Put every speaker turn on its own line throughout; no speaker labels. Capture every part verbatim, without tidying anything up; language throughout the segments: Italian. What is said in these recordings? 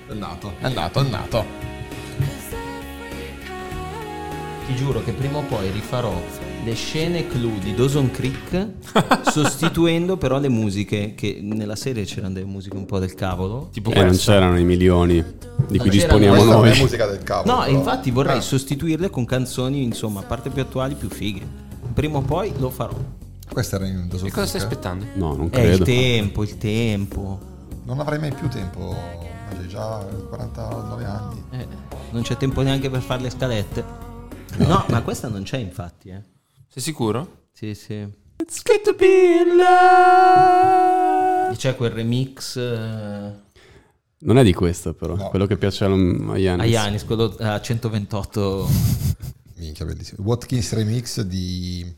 È andato, è andato, è andato.
Ti giuro che prima o poi rifarò le scene clou di Dawson Creek sostituendo però le musiche, che nella serie c'erano delle musiche un po' del cavolo.
Tipo
eh, non c'erano i milioni di cui disponiamo
Questa
noi.
non è musica del cavolo.
No,
però.
infatti vorrei
Ah.
sostituirle con canzoni, insomma, a parte più attuali, più fighe. Prima o poi lo farò.
Questa era in Dawson
E cosa stai
Creek, eh?
aspettando?
No, non
È il
credo.
tempo, il tempo.
Non avrei mai più tempo. C'è già quarantanove anni.
Eh, non c'è tempo neanche per fare le scalette. No, ma questa non c'è infatti, eh.
Sei sicuro?
Sì, sì.
It's good to be in love.
C'è quel remix eh,
Non è di questo però,
No.
quello che piace a a Yannis.
a Yanis, quello a centoventotto.
Minchia, bellissimo. Watkins remix di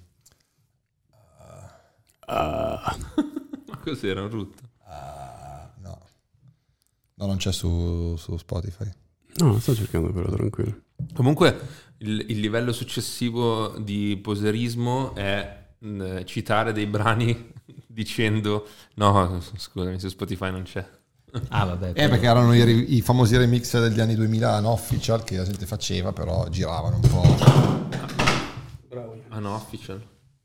Ah,
Ma cos'era un root?
no. No, non c'è su, su Spotify.
no, sto cercando quello, tranquillo.
Comunque il, il livello successivo di poserismo è mh, citare dei brani dicendo no, scusami, su Spotify non c'è.
Ah, vabbè.
Eh, perché erano i, i famosi remix degli anni duemila no official che la gente faceva, però giravano un po'.
Ah no, official.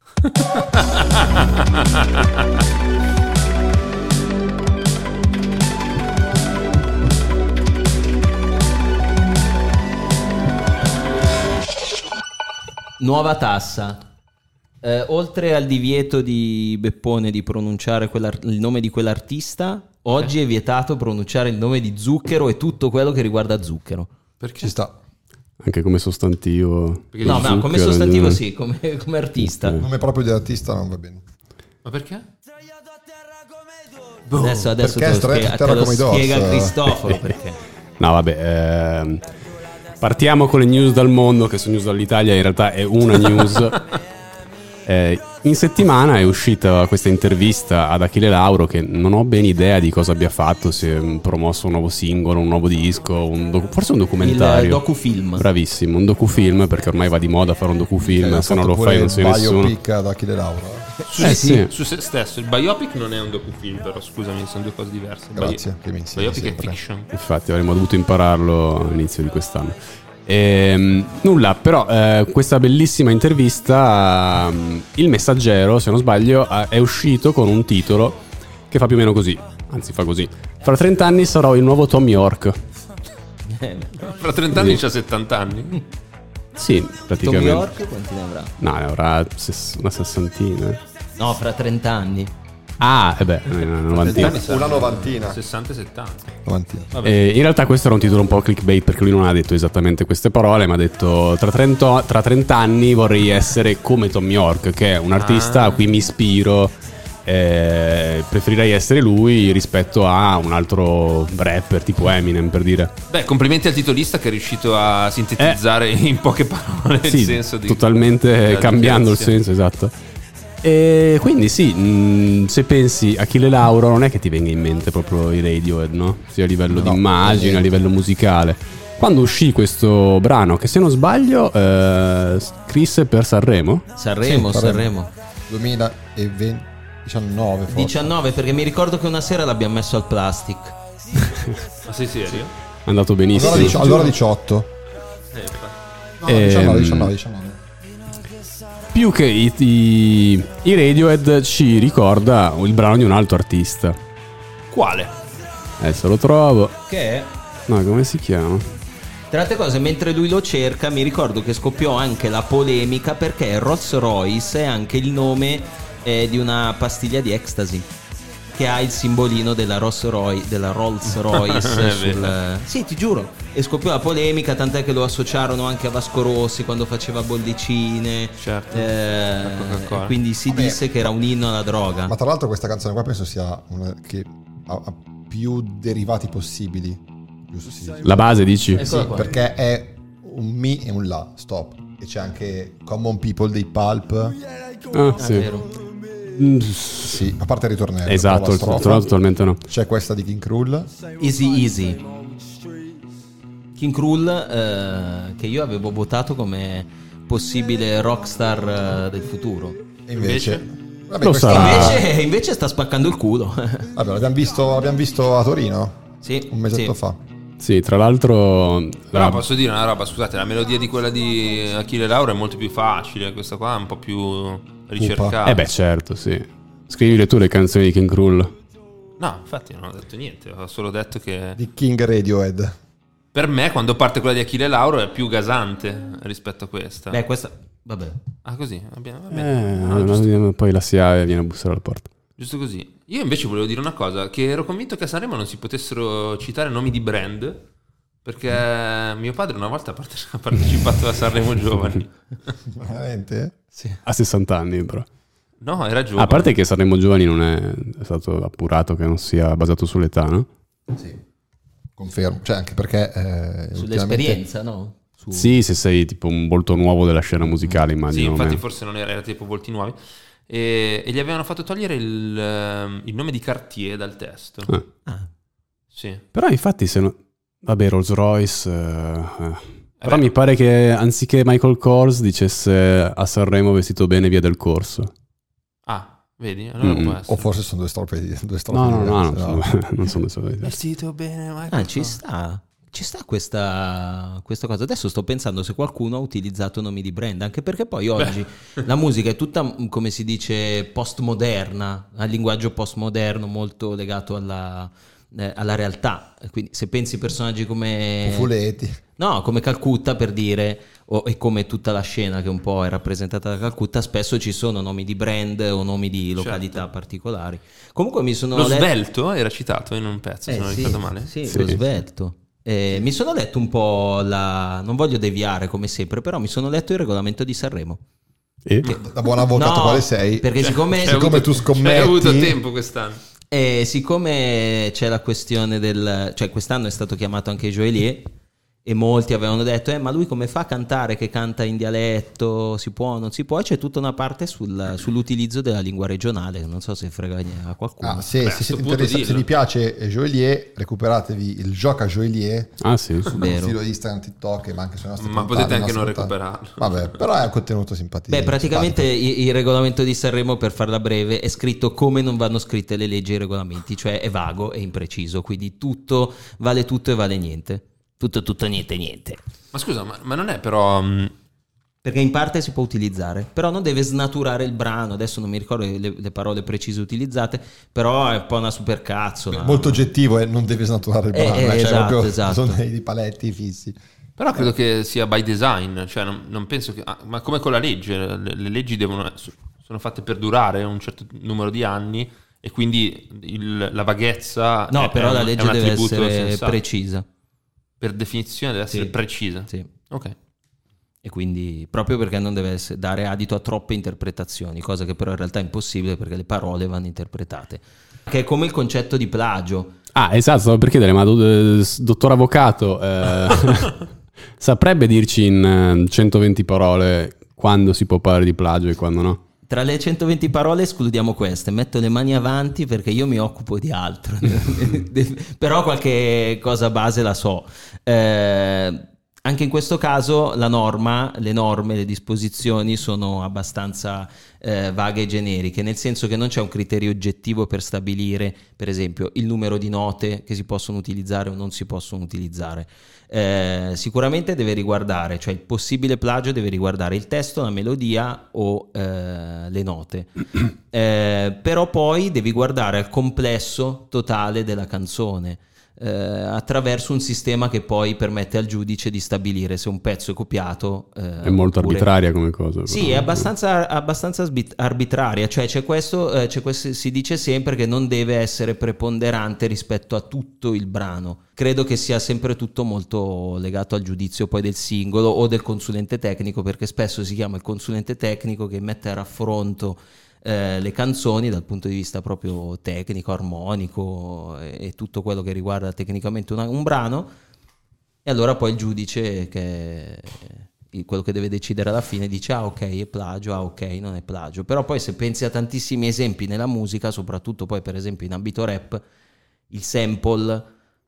Nuova tassa. Eh, oltre al divieto di Beppone di pronunciare il nome di quell'artista, oggi è vietato pronunciare il nome di Zucchero e tutto quello che riguarda Zucchero.
Perché?
Ci sta.
Anche come sostantivo.
Perché
No,
dici-
ma come
Zucchero,
sostantivo
eh.
sì, come, come artista.
Il nome proprio dell'artista non va bene.
Ma perché?
Adesso, adesso
Perché
te lo,
stretto
spiega,
a
te
terra
lo
come i Doors.
spiega Cristoforo perché.
No, vabbè, ehm, partiamo con le news dal mondo, che sono news dall'Italia, in realtà è una news. Eh, in settimana è uscita questa intervista ad Achille Lauro, che non ho ben idea di cosa abbia fatto, se ha promosso un nuovo singolo, un nuovo disco, un docu- forse un documentario.
Il docufilm.
Bravissimo, un docufilm, perché ormai va di moda fare un docufilm,
Eh,
se non
ha
lo
fatto
fai non
pure
sei
il
nessuno.
biopic ad Achille Lauro.
Su,
Eh,
sì,
sì.
su se stesso. Il biopic non è un docufilm, però scusami, sono due cose diverse. Il
Grazie,
bio-
che mi insegni
biopic è
sempre.
fiction.
Infatti avremmo dovuto impararlo all'inizio di quest'anno. Ehm, nulla, però eh, questa bellissima intervista, ehm, Il Messaggero, se non sbaglio, ha- è uscito con un titolo che fa più o meno così, anzi fa così: fra trenta anni sarò il nuovo Tom York.
Fra trenta anni c'ha settanta anni.
Sì,
Tom
praticamente.
York quanti ne avrà?
No, ne avrà ses- una sessantina.
No, fra trenta anni.
Ah, e beh, una novantina.
Una novantina.
sessanta settanta.
Novantina.
Eh, in realtà questo era un titolo un po' clickbait, perché lui non ha detto esattamente queste parole, ma ha detto tra trenta, tra trenta anni vorrei essere come Tom York, che è un artista
Ah.
a cui mi ispiro, eh, preferirei essere lui rispetto a un altro rapper tipo Eminem, per dire.
Beh, complimenti al titolista che è riuscito a sintetizzare in poche parole il
Sì,
senso di
totalmente
della
cambiando il
dichiarazione.
senso, esatto. E quindi sì, mh, se pensi a Achille Lauro non è che ti venga in mente proprio i Radiohead, no? Sia a livello
No,
di immagine,
niente.
a livello musicale. Quando uscì questo brano, che se non sbaglio eh, scrisse per Sanremo.
Sanremo,
Sì,
Sanremo.
duemiladiciannove forse.
diciannove, perché mi ricordo che una sera l'abbiamo messo al plastic.
Ma sei serio?
È andato benissimo.
Allora, dici- allora diciotto.
Eh, infatti.
No,
Ehm,
diciannove, diciannove, diciannove.
Più che i, i, i Radiohead ci ricorda il brano di un altro artista.
Quale?
Adesso lo trovo.
Che è?
No, come si chiama?
Tra altre cose, mentre lui lo cerca, mi ricordo che scoppiò anche la polemica perché Rolls Royce è anche il nome eh, di una pastiglia di ecstasy che ha il simbolino della Rolls Royce, della Rolls Royce
È
sul...
vero.
Sì, ti giuro. E scoppiò la polemica, tant'è che lo associarono anche a Vasco Rossi quando faceva bollicine.
Certo.
Eh,
La Coca-Cola.
e quindi si
Vabbè.
disse che era un inno alla droga.
Ma tra l'altro questa canzone qua penso sia una che ha, ha più derivati possibili. Giusto? Sì.
La base, dici?
Eccola
Sì,
qua.
perché è un mi e un la, stop. E c'è anche Common People dei Pulp.
Ah,
Ah,
sì.
vero.
Mm,
Sì, a parte il ritornello.
Esatto,
però la
il
strofa.
trovato totalmente no.
C'è questa di King Krul.
Easy Easy. King Krul, eh, che io avevo votato come possibile rockstar eh, del futuro.
E invece... Vabbè,
Lo
questa-
sarà.
Invece, invece sta spaccando il culo.
Vabbè, l'abbiamo visto, l'abbiamo visto a Torino
Sì,
un mesetto
sì.
fa.
Sì, tra l'altro...
Però
la-
posso dire una roba, scusate, la melodia di quella di Achille Lauro è molto più facile, questa qua è un po' più ricercata.
Eh beh, certo, sì. Scrivile tu le canzoni di King Krul.
No, infatti non ho detto niente, ho solo detto che
Di King Radiohead.
per me quando parte quella di Achille Lauro è più gasante rispetto a questa.
Beh, questa... Vabbè.
Ah, così? Va bene, va
Eh,
bene.
no,
Ah, giusto,
poi la S I A viene a bussare alla porta.
giusto così. Io invece volevo dire una cosa, che ero convinto che a Sanremo non si potessero citare nomi di brand, perché mio padre una volta ha parte- ha partecipato a Sanremo Giovani.
Veramente?
Sì.
A sessanta anni, però.
No, era giovane.
A parte che Sanremo Giovani non è, è stato appurato che non sia basato sull'età, no?
Sì. Confermo. Cioè, anche perché... Eh, ultimamente-
Sull'esperienza, no? Su...
Sì, se sei tipo un volto nuovo della scena musicale,
Sì,
immagino.
infatti
meno.
forse non era, era tipo volti nuovi. E, e gli avevano fatto togliere il, ehm, il nome di Cartier dal testo.
Ah.
Ah.
Sì.
Però infatti se no... Vabbè, Rolls Royce... eh, eh. Però
beh.
mi pare che anziché Michael Kors dicesse a Sanremo vestito bene via del corso.
Ah, vedi? Allora
Mm.
può
O
essere.
forse sono due strofe di due strofe
No, no, no,
diverse,
no, sono- non sono soliti.
Vestito bene, Michael
Ah, ci
Kors.
sta. Ci sta questa, questa cosa. Adesso sto pensando se qualcuno ha utilizzato nomi di brand, anche perché poi oggi la musica è tutta, come si dice, postmoderna, al linguaggio postmoderno molto legato alla, eh, alla realtà. Quindi se pensi personaggi come...
Fuletti.
No, come Calcutta per dire, o, e come tutta la scena che un po' è rappresentata da Calcutta, spesso ci sono nomi di brand o nomi di località
Certo.
particolari. Comunque mi sono
Lo
letto...
svelto era citato in un pezzo, se
Eh,
non
sì,
ricordo male.
Sì,
Sì.
lo svelto. Eh, mi sono letto un po' la... non voglio deviare come sempre, però mi sono letto il regolamento di Sanremo.
E?
Da buon avvocato
No,
quale sei?
perché siccome,
C'hai
siccome
avuto-
tu scommetti-
C'hai avuto tempo quest'anno.
eh, siccome c'è la questione del... cioè quest'anno è stato chiamato anche Joelie e molti avevano detto eh ma lui come fa a cantare, che canta in dialetto, si può, non si può, e c'è tutta una parte sul- sull'utilizzo della lingua regionale, non so se frega a qualcuno.
Ah, se,
Beh, a
se
sto
siete
punto
interessati, se
dillo.
vi piace Joelie, recuperatevi il Gioca Joelie
Ah sì.
sul
Vero.
profilo di Instagram, TikTok, ma anche sui nostri
Ma
contatti,
potete anche
sui
non
nostri
recuperarlo.
contatti. Vabbè, però è un contenuto simpatico.
Beh, praticamente
simpatico.
i- il regolamento di Sanremo, per farla breve, è scritto come non vanno scritte le leggi e i regolamenti, cioè è vago e impreciso, quindi tutto vale tutto e vale niente. Tutto, tutto, niente, niente.
Ma scusa, ma, ma non è però... mh,
Perché in parte si può utilizzare, però non deve snaturare il brano. Adesso non mi ricordo le, le parole precise utilizzate, però è un po' una supercazzola.
Molto oggettivo e non deve snaturare il
Eh,
brano,
eh,
eh, cioè
esatto,
proprio
esatto.
sono dei paletti fissi.
Però credo che sia by design, cioè non, non penso che... ah, ma come con la legge, le, le leggi devono, sono fatte per durare un certo numero di anni e quindi il- la vaghezza...
No,
è-
però
è
la
un- è
legge
un
deve
attributo
essere
sensato.
precisa.
Per definizione deve essere
Sì.
precisa.
Sì.
Ok.
E quindi proprio perché non deve essere- dare adito a troppe interpretazioni, cosa che però in realtà è impossibile perché le parole vanno interpretate. Che è come il concetto di plagio.
Ah, esatto, stavo per chiedere, ma do- eh, dottor avvocato, eh, saprebbe dirci in eh, centoventi parole quando si può parlare di plagio e quando no?
Tra le centoventi parole escludiamo queste, metto le mani avanti perché io mi occupo di altro, però qualche cosa base la so. Eh, anche in questo caso la norma, le norme, le disposizioni sono abbastanza eh, vaghe e generiche, nel senso che non c'è un criterio oggettivo per stabilire, per esempio, il numero di note che si possono utilizzare o non si possono utilizzare. Eh, sicuramente deve riguardare, cioè il possibile plagio deve riguardare il testo, la melodia o eh, le note. Eh, però poi devi guardare al complesso totale della canzone, eh, attraverso un sistema che poi permette al giudice di stabilire se un pezzo è copiato. eh,
È molto
oppure-
arbitraria come cosa.
Sì,
però.
è abbastanza, abbastanza sbit- arbitraria, cioè c'è questo, eh, c'è questo, si dice sempre che non deve essere preponderante rispetto a tutto il brano. Credo che sia sempre tutto molto legato al giudizio poi del singolo o del consulente tecnico, perché spesso si chiama il consulente tecnico che mette a raffronto eh, le canzoni dal punto di vista proprio tecnico, armonico e, e tutto quello che riguarda tecnicamente una- un brano, e allora poi il giudice, che è quello che deve decidere alla fine, dice ah ok è plagio, ah ok non è plagio. Però poi se pensi a tantissimi esempi nella musica, soprattutto poi per esempio in ambito rap, il sample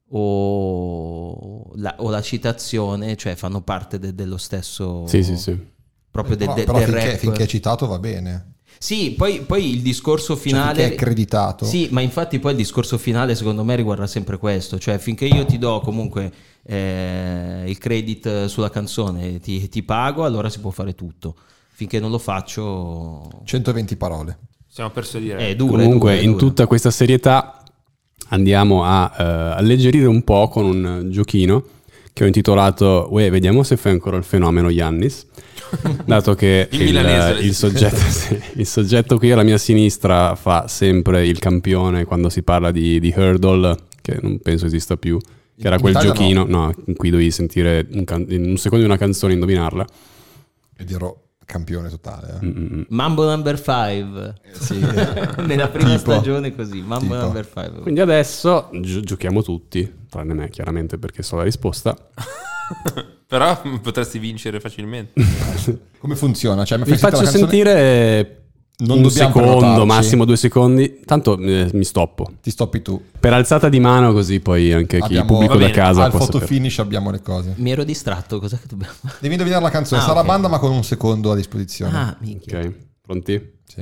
o la, o la citazione, cioè fanno parte de- dello stesso,
Sì, sì, sì.
proprio de-
Però,
de-
però
del
finché,
rap.
finché è citato va bene.
Sì, poi, poi il discorso finale...
Cioè, finché è accreditato.
Sì, ma infatti poi il discorso finale secondo me riguarda sempre questo. Cioè finché io ti do comunque eh, il credit sulla canzone, ti, ti pago, allora si può fare tutto. Finché non lo faccio...
centoventi parole.
Siamo persi dire.
È dura,
Comunque,
è dura, è
in
dura.
tutta questa serietà andiamo a eh, alleggerire un po' con un giochino che ho intitolato Uè, vediamo se fai ancora il fenomeno Giannis. Dato che
Il
il,
milanese.
il soggetto, sì, il soggetto qui alla mia sinistra fa sempre il campione quando si parla di, di hurdle, che non penso esista più, che era
In
quel
Italia
giochino no, in cui dovevi sentire un can- in un secondo di una canzone e indovinarla.
E dirò campione totale. Eh.
Mm-mm.
Mambo number five.
Sì.
Nella prima
Tipo.
stagione così. Mambo
Tipo.
number five.
Quindi adesso gi- giochiamo tutti, tranne me chiaramente perché so la risposta.
Però potresti vincere facilmente.
Come funziona? Cioè, mi
Vi
fai sentire
faccio
la canzone?
sentire
Non
un
dobbiamo
secondo,
prenotarci.
massimo due secondi. Tanto eh, mi stoppo.
Ti stoppi tu.
Per alzata di mano, così poi anche chi
Abbiamo-
il pubblico
Va
da
bene,
casa
Al
può
photo
sapere.
finish abbiamo le cose.
Mi ero distratto, cos'è che dobbiamo fare?
Devi indovinare la canzone.
Ah,
Sarà
ok.
banda ma con un secondo a disposizione.
Ah, minchia.
Ok, pronti?
Sì.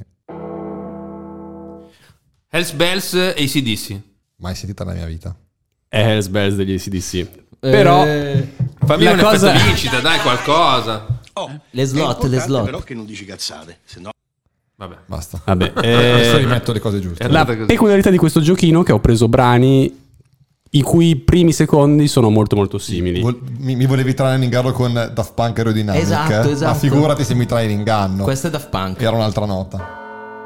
Hells Bells A C D C.
Mai sentita nella mia vita.
È Hells Bells degli A C D C. Però
Eh,
Fammi
La
un
cosa-
effetto vincita, dai, qualcosa.
le slot, le slot.
Però che non dici cazzate, se no...
Vabbè.
Basta.
vabbè,
Adesso
eh,
rimetto le cose giuste.
È
la
andata così.
peculiarità di questo giochino è che ho preso brani i cui primi secondi sono molto molto simili.
Vol- mi, mi volevi trarre in inganno con Daft Punk Aerodynamic?
Esatto,
eh?
esatto.
Ma figurati se mi trai in inganno.
Questo è Daft Punk.
Era un'altra nota.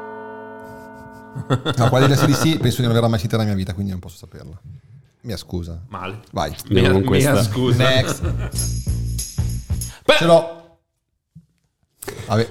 No, quella di A C D C penso di non averla mai sentita nella mia vita, quindi non posso saperla. Mia scusa.
Male.
Vai.
Andiamo
Mia,
con questa.
mia scusa.
Next.
Beh,
Ce l'ho. Vabbè.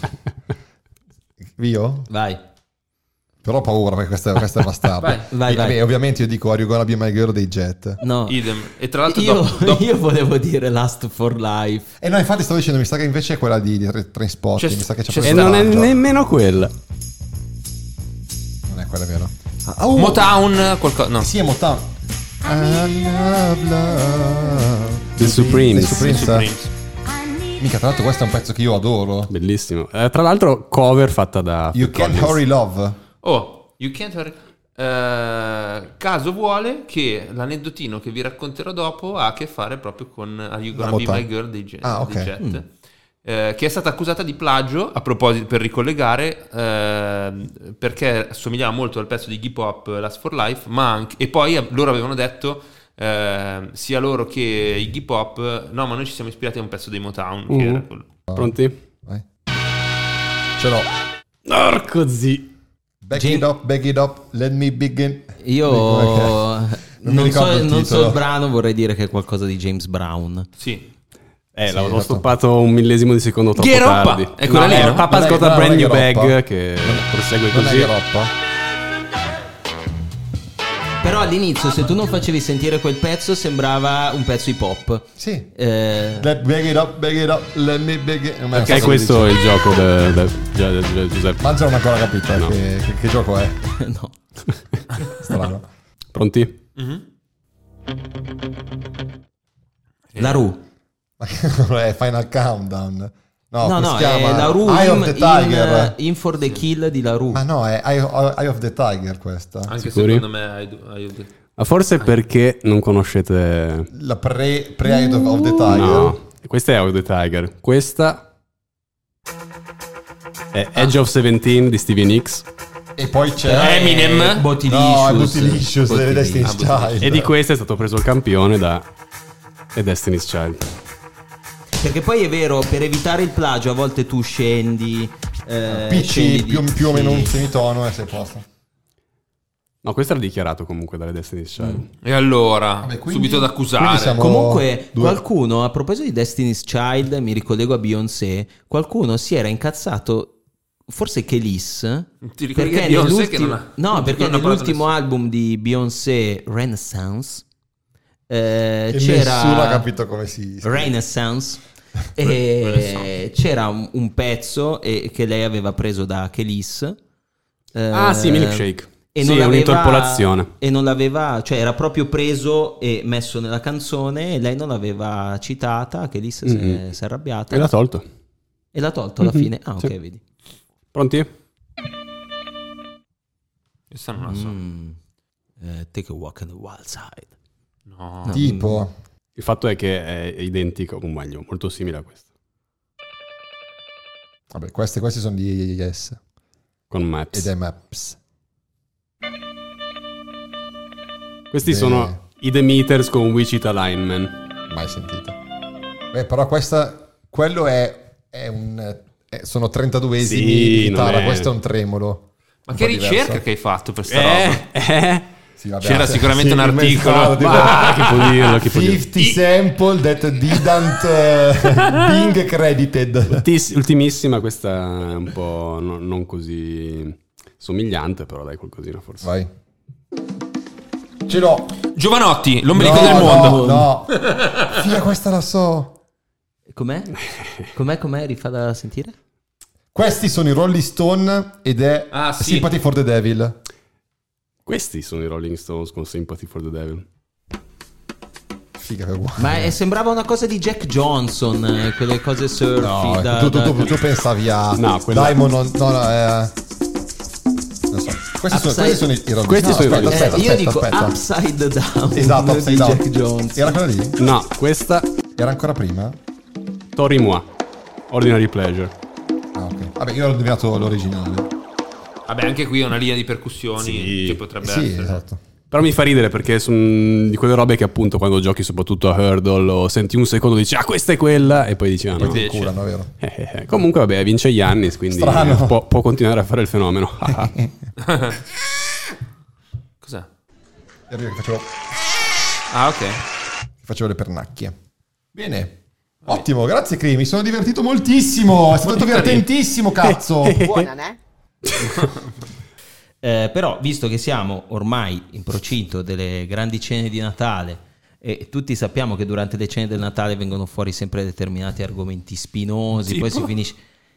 Io?
Vai.
Però ho paura perché questa, questa è bastarda.
Vai,
vai,
E,
vai.
vabbè, ovviamente io dico Are You Gonna Be My Girl dei Jet.
No.
idem. E tra l'altro
Io,
dopo, dopo-
io volevo dire Last for Life.
E no, infatti stavo dicendo, mi sa che invece è quella di, di Tra- Trainspotting.
C'è-
Mi sa che c'è
c'è
E
preso
non è
coraggio.
nemmeno quella.
Non è quella, è vero? Ah, oh,
Motown, qualcosa. No.
Sì, è Motown. I love love.
The Supremes.
The Supremes.
Supremes.
Mica, tra l'altro questo è un pezzo che io adoro.
Bellissimo. Eh, tra l'altro cover fatta da
You
Phil
Can't
Collins.
Hurry Love.
Oh, you can't hurry. Eh, caso vuole che l'aneddotino che vi racconterò dopo ha a che fare proprio con Are You Gonna
La
Be
Motown.
My Girl dei Jet,
Ah, ok.
dei Jet, eh, che è stata accusata di plagio a proposito, per ricollegare, eh, perché assomigliava molto al pezzo di Iggy Pop Last for Life, ma anche, e poi loro avevano detto eh, sia loro che Iggy Pop no, ma noi ci siamo ispirati a un pezzo dei Motown che
Uh.
era quello.
Pronti?
Vai. Ce l'ho.
Porco zi.
Back
Jim-
it up, back it up, let me begin.
Io
Non mi
non,
ricordo
so,
il
non so
titolo.
il brano, vorrei dire che è qualcosa di James Brown.
Sì.
Eh,
Sì,
l'avevo
esatto.
stoppato un millesimo di secondo troppo
Gheroppa!
tardi.
È quella lì,
è
no?
Papa's
Non è-
Got a
no,
Brand
non è
New Bag
Gheroppa.
che prosegue
Non è
così.
Europa?
Però all'inizio, se tu non facevi sentire quel pezzo, sembrava un pezzo hip hop.
Sì.
Eh,
Let back it up, back it up, let me begin. Non me lo so
Ok,
se
questo
lo
è
dice.
il gioco da, da- Gia- Gia- Giuseppe.
Manzo non ha ancora capito eh,
No.
che, che- che gioco è.
no.
Strano.
Pronti?
La Ru.
Ma che non è Final Countdown? No,
No,
come
no,
si chiama?
è la Ru
Eye
in,
of the Tiger.
in, in for the Kill di La Ru.
Ma no, è Eye, Eye of the Tiger questa.
Anche
Sicuri?
secondo me I do- I do-
Ma forse perché non conoscete...
La pre, pre Eye of the Tiger.
No, questa è Eye of the Tiger. Questa è Edge of Seventeen di Stevie Nicks.
E poi c'è
Eminem.
Eh, Bottylicious.
No, è Bootylicious delle
Bottylicious.
Destiny's
Ah,
Child.
E di questa è stato preso il campione da The Destiny's Child.
Perché poi è vero, per evitare il plagio a volte tu scendi... Eh,
Picci
scendi di-
più, più o meno
sì.
un semitono e sei a posto.
No, questo era dichiarato comunque dalle Destiny's Child.
E allora,
Vabbè, quindi-
subito da
quindi
accusare.
siamo-
Comunque,
due.
qualcuno, a proposito di Destiny's Child, mi ricollego a Beyoncé, qualcuno si era incazzato, forse Kelis,
Ti ricordi
perché
che Beyoncé che
nell'ultimo,
non ha-
no,
non
perché
ha parlato
nell'ultimo
nessuno.
album di Beyoncé, Renaissance, eh,
E
c'era...
nessuno ha capito come si scrive.
Renaissance. E c'era un, un pezzo e- che lei aveva preso da Kelis. eh,
Ah sì, Milkshake.
E
Sì,
non
è
l'aveva-
un'interpolazione.
E non l'aveva, cioè era proprio preso e messo nella canzone e lei non l'aveva citata, Kelis si, è-
Mhm.
si è arrabbiata
E l'ha tolto.
e l'ha tolto alla
Mhm,
fine. Ah, ok,
sì.
vedi.
Pronti?
Questa non la so.
Mm. Eh, take a walk on the wild side.
No.
No.
Tipo...
Il fatto è che è identico, o meglio, molto simile a questo.
Vabbè, questi, questi sono di Yes.
Con Maps.
Ed è Maps.
Questi
Beh.
sono i The Meters con Wichita Lineman.
Mai sentito. Beh, però questa... Quello è... è un... è- sono trentaduesimi
Sì,
di chitarra.
non è-
Questo è un tremolo.
Ma
un
che
po'
ricerca
diverso.
che hai fatto per sta roba?
Eh, eh.
Sì, vabbè,
C'era
sì,
sicuramente
sì,
un
il
articolo.
messaggio, tipo,
Ma chi può dirlo? Chi può dirlo?
cinquanta sample that didn't uh, being credited.
Ultis- ultimissima, questa è un po' no- non così somigliante, però dai, qualcosina forse.
Vai. Ce l'ho.
Giovanotti, l'ombelico
No,
del mondo.
No, no. Figa, questa la so.
Com'è? Com'è, com'è? Rifalla sentire?
Questi sono i Rolling Stone ed è
Ah, sì.
Sympathy for the Devil.
Questi sono i Rolling Stones con Sympathy for the Devil.
Figa, che uguale.
Ma è- sembrava una cosa di Jack Johnson, eh, quelle cose surfi.
No,
da-
tu, tu,
da-
tu, tu pensavi a
No, quella-
Diamond, no, no, no, eh, non so. Questi sono,
Upside-
questi sono i i Rolling
Questi
Stone.
sono i
aspetta,
Rolling
Eh,
aspetta,
io dico
aspetta.
Upside Down
Esatto, Upside
di
Down.
Jack Johnson.
Era quella lì?
No, questa
Era ancora prima?
Tori Moi, Ordinary Pleasure.
Ah, ok. Vabbè, io ho indovinato l'originale.
Vabbè, anche qui è una linea di percussioni
Sì.
che potrebbe
Sì,
essere.
esatto.
Però mi fa ridere perché sono di quelle robe che appunto quando giochi soprattutto a Hurdle o senti un secondo dici ah questa è quella e poi dici ah no.
Poi ti
Invece.
curano, vero?
Eh, eh, eh. Comunque vabbè vince Giannis quindi
Strano.
può, può continuare a fare il fenomeno.
Cos'è?
Ero io che facevo,
Ah, ok.
che facevo le pernacchie. Bene. Ottimo, grazie Cri, mi sono divertito moltissimo. È stato
Molto carino.
divertentissimo, cazzo.
Buona, né?
Eh, però, visto che siamo ormai in procinto delle grandi cene di Natale e tutti sappiamo che durante le cene del Natale vengono fuori sempre determinati argomenti spinosi, poi
Tipo?
si finisce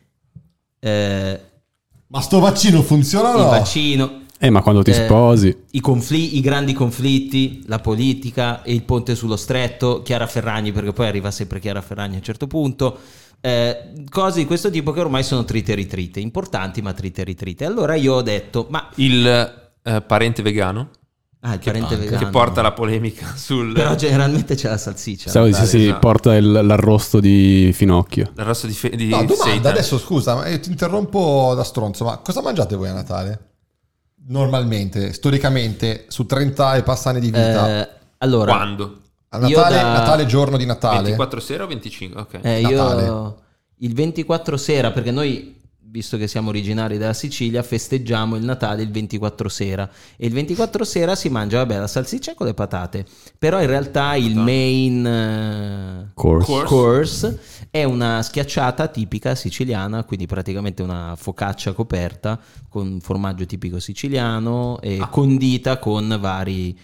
eh,
Ma sto vaccino funziona o
il
no?
vaccino,
Eh ma quando ti
Eh,
sposi
i, confli- i grandi conflitti, la politica e il ponte sullo stretto, Chiara Ferragni, perché poi arriva sempre Chiara Ferragni a un certo punto, eh, cose di questo tipo che ormai sono trite e ritrite, importanti ma trite e ritrite. Allora io ho detto, ma
Il eh, parente vegano
ah, il parente
manca.
vegano
che porta la polemica sul
però generalmente c'è la salsiccia.
stavo dicendo sì,
esatto.
porta il- l'arrosto di Finocchio.
il rosso di, fe- di
No, domanda,
Satan.
adesso scusa, ma io ti interrompo da stronzo, ma cosa mangiate voi a Natale? Normalmente, storicamente, su trenta e passa anni di vita.
Eh, allora,
Quando?
a Natale,
io da-
Natale, giorno di Natale.
ventiquattro sera o venticinque? Ok.
eh, io
Natale.
il ventiquattro sera, perché noi, visto che siamo originari della Sicilia, festeggiamo il Natale il ventiquattro sera e il ventiquattro sera si mangia, vabbè, la salsiccia con le patate, però in realtà il main eh,
Course.
Course.
course è una schiacciata tipica siciliana, quindi praticamente una focaccia coperta con formaggio tipico siciliano e
Ah.
condita con vari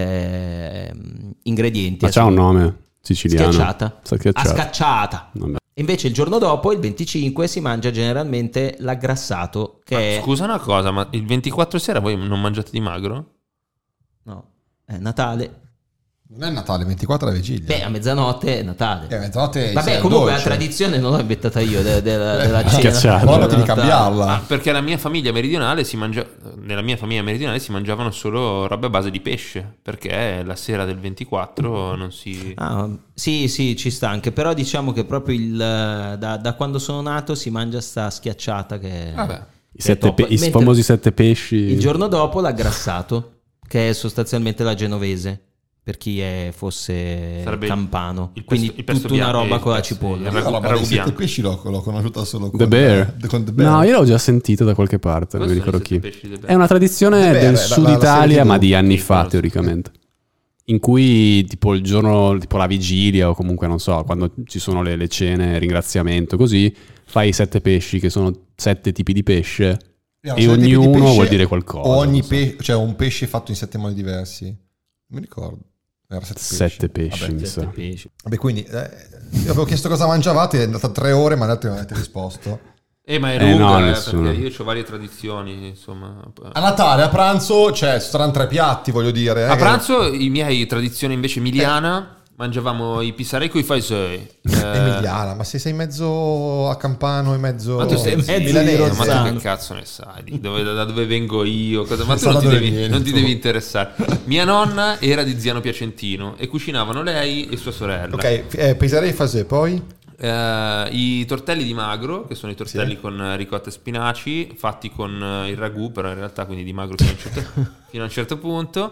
eh, ingredienti.
Ma c'ha un nome siciliano.
Schiacciata.
Sta schiacciata.
A scacciata.
Vabbè.
Invece il giorno dopo, il venticinque, si mangia generalmente l'aggrassato, che
Ma
è...
scusa una cosa, ma il ventiquattro sera voi non mangiate di magro?
No, è Natale.
Non è Natale, ventiquattro è la vigilia.
Beh, a mezzanotte è Natale.
Eh, mezzanotte
Vabbè,
sei al
comunque
dolce.
la tradizione non l'ho inventata io de- de- della
Eh,
cena.
schiacciata.
Però metti di
Natale.
cambiarla.
Ah, perché la mia famiglia meridionale si mangia nella mia famiglia meridionale si mangiavano solo robe a base di pesce, perché la sera del ventiquattro non si
Ah, sì, sì, ci sta anche, però diciamo che proprio il, da, da quando sono nato si mangia sta schiacciata che,
Vabbè.
I,
che è
sette
top.
pe- i
Mentre
famosi sette pesci.
il giorno dopo l'aggrassato, che è sostanzialmente la genovese, per chi è, fosse
Sarebbe
campano,
il pesto-
quindi
il pesto
tutta una
bianco,
roba
il
con la
pesto-
cipolla.
il
Io la
ragu-
roba
ragu
dei sette
bianco.
pesci l'ho, l'ho conosciuta solo con
The Bear.
eh, con The Bear.
No, io l'ho già sentito da qualche parte, non mi
Cosa
ricordo
sono i
chi.
sette pesci The Bear?
È una tradizione
The Bear,
del
la-
sud
la- la serie
Italia,
tivù.
ma di anni
Sì,
fa
conosco.
teoricamente. In cui tipo il giorno, tipo la vigilia o comunque non so, quando ci sono le, le cene, ringraziamento, così, fai i sette pesci che sono sette tipi di pesce
Abbiamo
e
sette tipi di
ognuno
pesce,
vuol dire qualcosa.
Ogni
non so.
pesce, cioè un pesce fatto in sette modi diversi. Non mi ricordo. Era sette pesci.
Sette pesci,
Vabbè,
mi
Sette
sa.
pesci.
Vabbè, quindi eh, io avevo chiesto cosa mangiavate, è andata tre ore, ma non avete risposto.
Eh, ma è
Eh,
lunga,
no,
eh,
nessuno.
perché io ho varie tradizioni, insomma.
A Natale, a pranzo, cioè, saranno tre piatti, voglio dire. eh,
A
che-
pranzo i miei tradizione invece emiliana mangiavamo i pisarei coi faisei. Eh,
Emiliana, ma se sei mezzo a Campano e mezzo
ma tu sei
mezzo
milanese,
di
ma tu
Rozzano.
che cazzo ne sai? Di dove, da dove vengo io? Cosa, ma tu
Sa
non
da
ti,
dove
devi,
vieni,
non ti
tu.
devi interessare. Mia nonna era di Ziano Piacentino e cucinavano lei e sua sorella.
Ok, eh, Pesarei Fasè, poi
Eh, i tortelli di magro, che sono i tortelli
Sì.
con ricotta e spinaci, fatti con eh, il ragù, però in realtà quindi di magro fino a un certo, fino a un certo punto.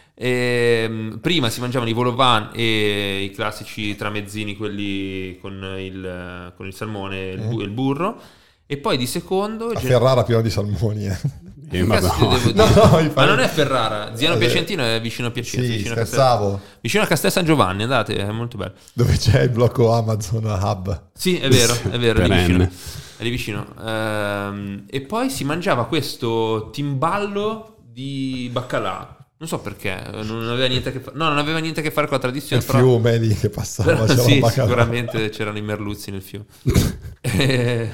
E, prima si mangiavano i vol au vent e i classici tramezzini, quelli con il, con il salmone e il, bu- il burro. E poi di secondo...
a Ferrara pieno di salmoni. Eh.
Eh, ma
Cazzo
no.
ti devo
No,
dire?
no, mi
Ma
fa-
non è Ferrara, Ziano
Eh,
Piacentino è vicino a Piacenza,
Sì,
vicino, a
scherzavo.
Castel, vicino a Castel San Giovanni, andate, è molto bello.
Dove c'è il blocco Amazon Hub.
Sì, è vero, è vero, è lì vicino.
Perenne.
È lì vicino. Ehm, e poi si mangiava questo timballo di baccalà. Non so perché, non aveva niente a che fare. No, non aveva niente a che fare con la tradizione.
Il
però-
fiume lì che passava.
però
c'era
sì,
un baccalà.
sicuramente c'erano i merluzzi nel fiume. Eh,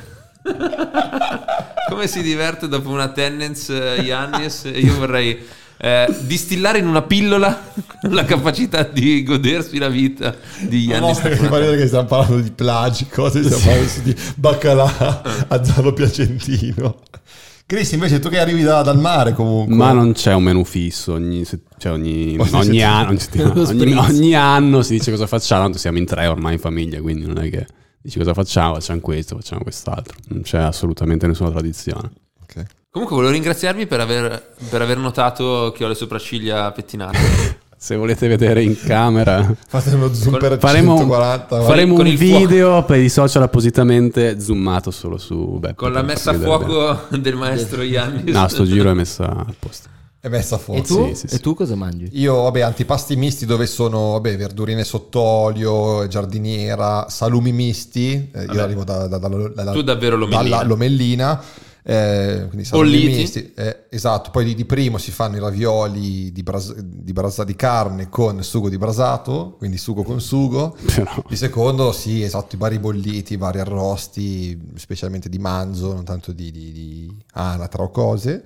Come si diverte dopo una tendenza Yannis? Io vorrei eh, distillare in una pillola la capacità di godersi la vita di
No,
Yannis.
perché mi pare che stiamo parlando di plagi, cose, stiamo parlando di baccalà a Zano Piacentino. Chris, invece tu che arrivi da- dal mare comunque.
Ma non c'è un menù fisso, ogni, se- cioè ogni,
Ogni
ogni
settimana.
anno, ogni, settimana,
Lo
ogni,
spritz.
ogni anno si dice cosa facciamo, tanto siamo in tre ormai in famiglia, quindi non è che dici cosa facciamo, facciamo questo, facciamo quest'altro, non c'è assolutamente nessuna tradizione.
Ok.
Comunque volevo ringraziarvi per aver, per aver notato che ho le sopracciglia pettinate.
Se volete vedere in camera
Fate uno zoom per
faremo,
centoquaranta. guarda.
faremo
con
un
il
video per i social appositamente zoomato solo su Beppe,
Con la
per
messa a
farvi vedere bene.
fuoco del maestro Yannis.
No, sto giro è messa a posto.
È messa
E
fuori.
tu?
Sì, sì, sì.
E tu cosa mangi?
Io, vabbè, antipasti misti dove sono, vabbè, verdurine sott'olio, giardiniera, salumi misti. Eh, io
Vabbè.
arrivo da, da- dalla- dalla-
Tu davvero l'omellina.
dalla l'omellina. Eh, quindi salumi
Bolliti.
misti. Eh, esatto. Poi di, di primo si fanno i ravioli di, bras- di, brasa- di carne con sugo di brasato, quindi sugo con sugo.
Però
Di secondo, sì, esatto, i vari bolliti, i vari arrosti, specialmente di manzo, non tanto di, di, di anatra o cose.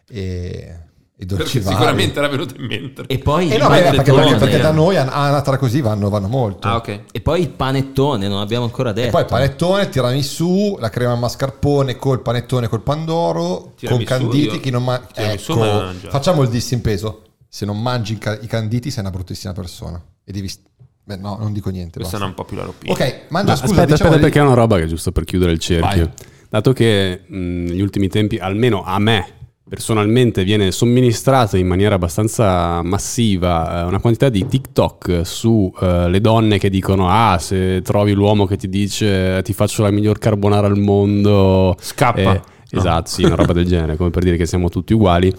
E, e dolci
Perché
vari.
sicuramente era venuto in mente.
E poi
Eh
il
no, beh, perché, perché-
panettone.
perché da noi an- anatra così vanno, vanno molto.
Ah, ok.
E poi il panettone, non abbiamo ancora detto.
E poi il panettone, tiramisù, la crema al mascarpone col panettone col pandoro,
Tiramisù,
con canditi.
io-
Chi non ma-
tiramisù
ecco,
me lo mangio.
facciamo il diss in peso. Se non mangi i ca- i canditi sei una bruttissima persona. E devi... st- Beh, no, non dico niente.
Questa
basta.
è un po' più la roppina.
Ok, mangia,
Ma
scusa,
aspetta,
diciamo
aspetta,
lì-
perché è una roba che è giusto per chiudere il cerchio.
Vai.
Dato che mh, negli ultimi tempi, almeno a me personalmente, viene somministrata in maniera abbastanza massiva eh, una quantità di TikTok su eh, le donne che dicono: ah, se trovi l'uomo che ti dice ti faccio la miglior carbonara al mondo,
Scappa.
eh,
No.
esatto, sì, una roba del genere, come per dire che siamo tutti uguali.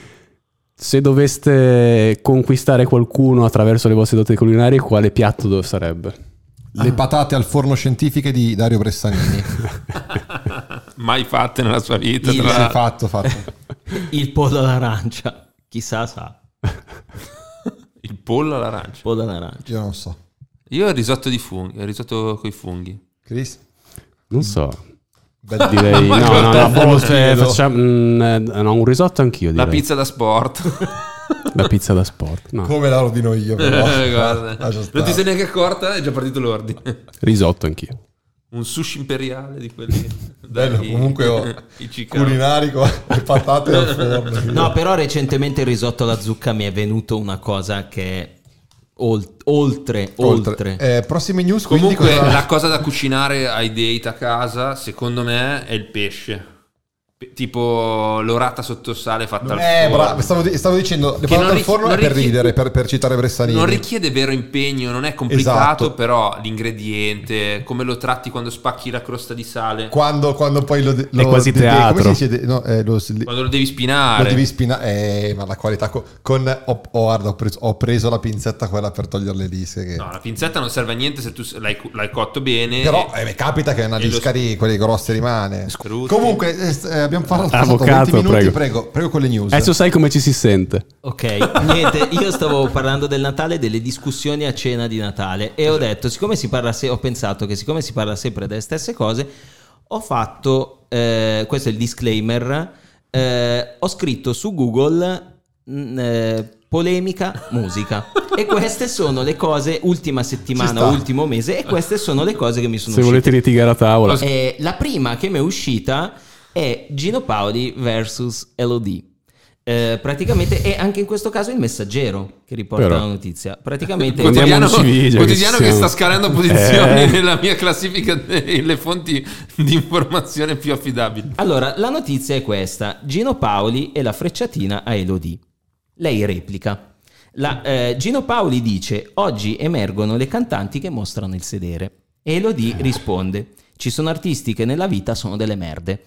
Se doveste conquistare qualcuno attraverso le vostre doti culinarie, quale piatto do- sarebbe?
le patate al forno scientifiche di Dario Bressanini.
Mai fatte nella sua vita.
Il-
tra
Sì,
l'altro.
fatto, fatto.
Il pollo all'arancia. Chissà sa.
Il pollo all'arancia.
Pollo all'arancia.
Io non so.
Io ho il risotto di funghi, il risotto coi funghi.
Chris?
Non so.
Beh,
Direi no, no, no,
Te lo
cioè,
chiedo.
facciamo mm, eh, no, un risotto anch'io
La
direi.
pizza da sport.
La pizza da sport. No,
Come la ordino io, però.
Eh, guarda.
Lascia
Non
stare.
ti sei neanche accorta? È già partito l'ordine.
risotto anch'io.
Un sushi imperiale di quelli.
Bello,
dai,
comunque ho
i Chicago.
culinarico, le patate al forno.
No, però recentemente il risotto alla zucca mi è venuto una cosa che è ol- oltre, oltre.
Eh, prossime news, quindi
Comunque
cosa-
la cosa da cucinare ai date a casa, secondo me, è il pesce. P- tipo l'orata sotto sale fatta al
Eh,
forno.
bravo, stavo, di- stavo dicendo, le
Che
patate
non
al
richi-
forno
non
è per
richiede-
ridere, per, per citare Bressanini.
Non richiede vero impegno, non è complicato,
Esatto.
però l'ingrediente, come lo tratti quando spacchi la crosta di sale,
Quando, quando poi lo, lo
quasi
de- de-
teatro.
Come si dice? No, eh, lo,
quando lo devi
lo
spinare.
devi spinare. Eh, ma la qualità co- con ho, ho, guarda, ho, preso, ho preso la pinzetta quella per togliere le lische. Che...
No, la pinzetta non serve a niente se tu l'hai, l'hai cotto bene.
Però
e-
eh, capita che una
e lo
lisca di quelle grosse rimane.
Scruti.
Comunque, eh, eh, abbiamo parlato
Avvocato,
venti minuti.
prego.
prego, prego con le news.
Adesso sai come ci si sente.
Ok, niente, io stavo parlando del Natale, delle discussioni a cena di Natale e ho detto, siccome si parla se- ho pensato che siccome si parla sempre delle stesse cose, ho fatto, eh, questo è il disclaimer, eh, ho scritto su Google mh, eh, polemica, musica. E queste sono le cose, ultima settimana,
sta.
ultimo mese, e queste sono le cose che mi sono
Se
uscite.
volete litigare a tavola.
Eh, la prima che mi è uscita è Gino Paoli versus Elodie. Eh, praticamente, e anche in questo caso il Messaggero che riporta
Però.
la notizia. Praticamente
Quotidiano,
Andiamoci via,
quotidiano
che
che,
siamo-
sta scalando posizioni
Eh.
nella mia classifica delle fonti di informazione più affidabili.
allora la notizia è questa: Gino Paoli e la frecciatina a Elodie. Lei replica. La, eh, Gino Paoli dice: oggi emergono le cantanti che mostrano il sedere. E Elodie risponde: ci sono artisti che nella vita sono delle merde.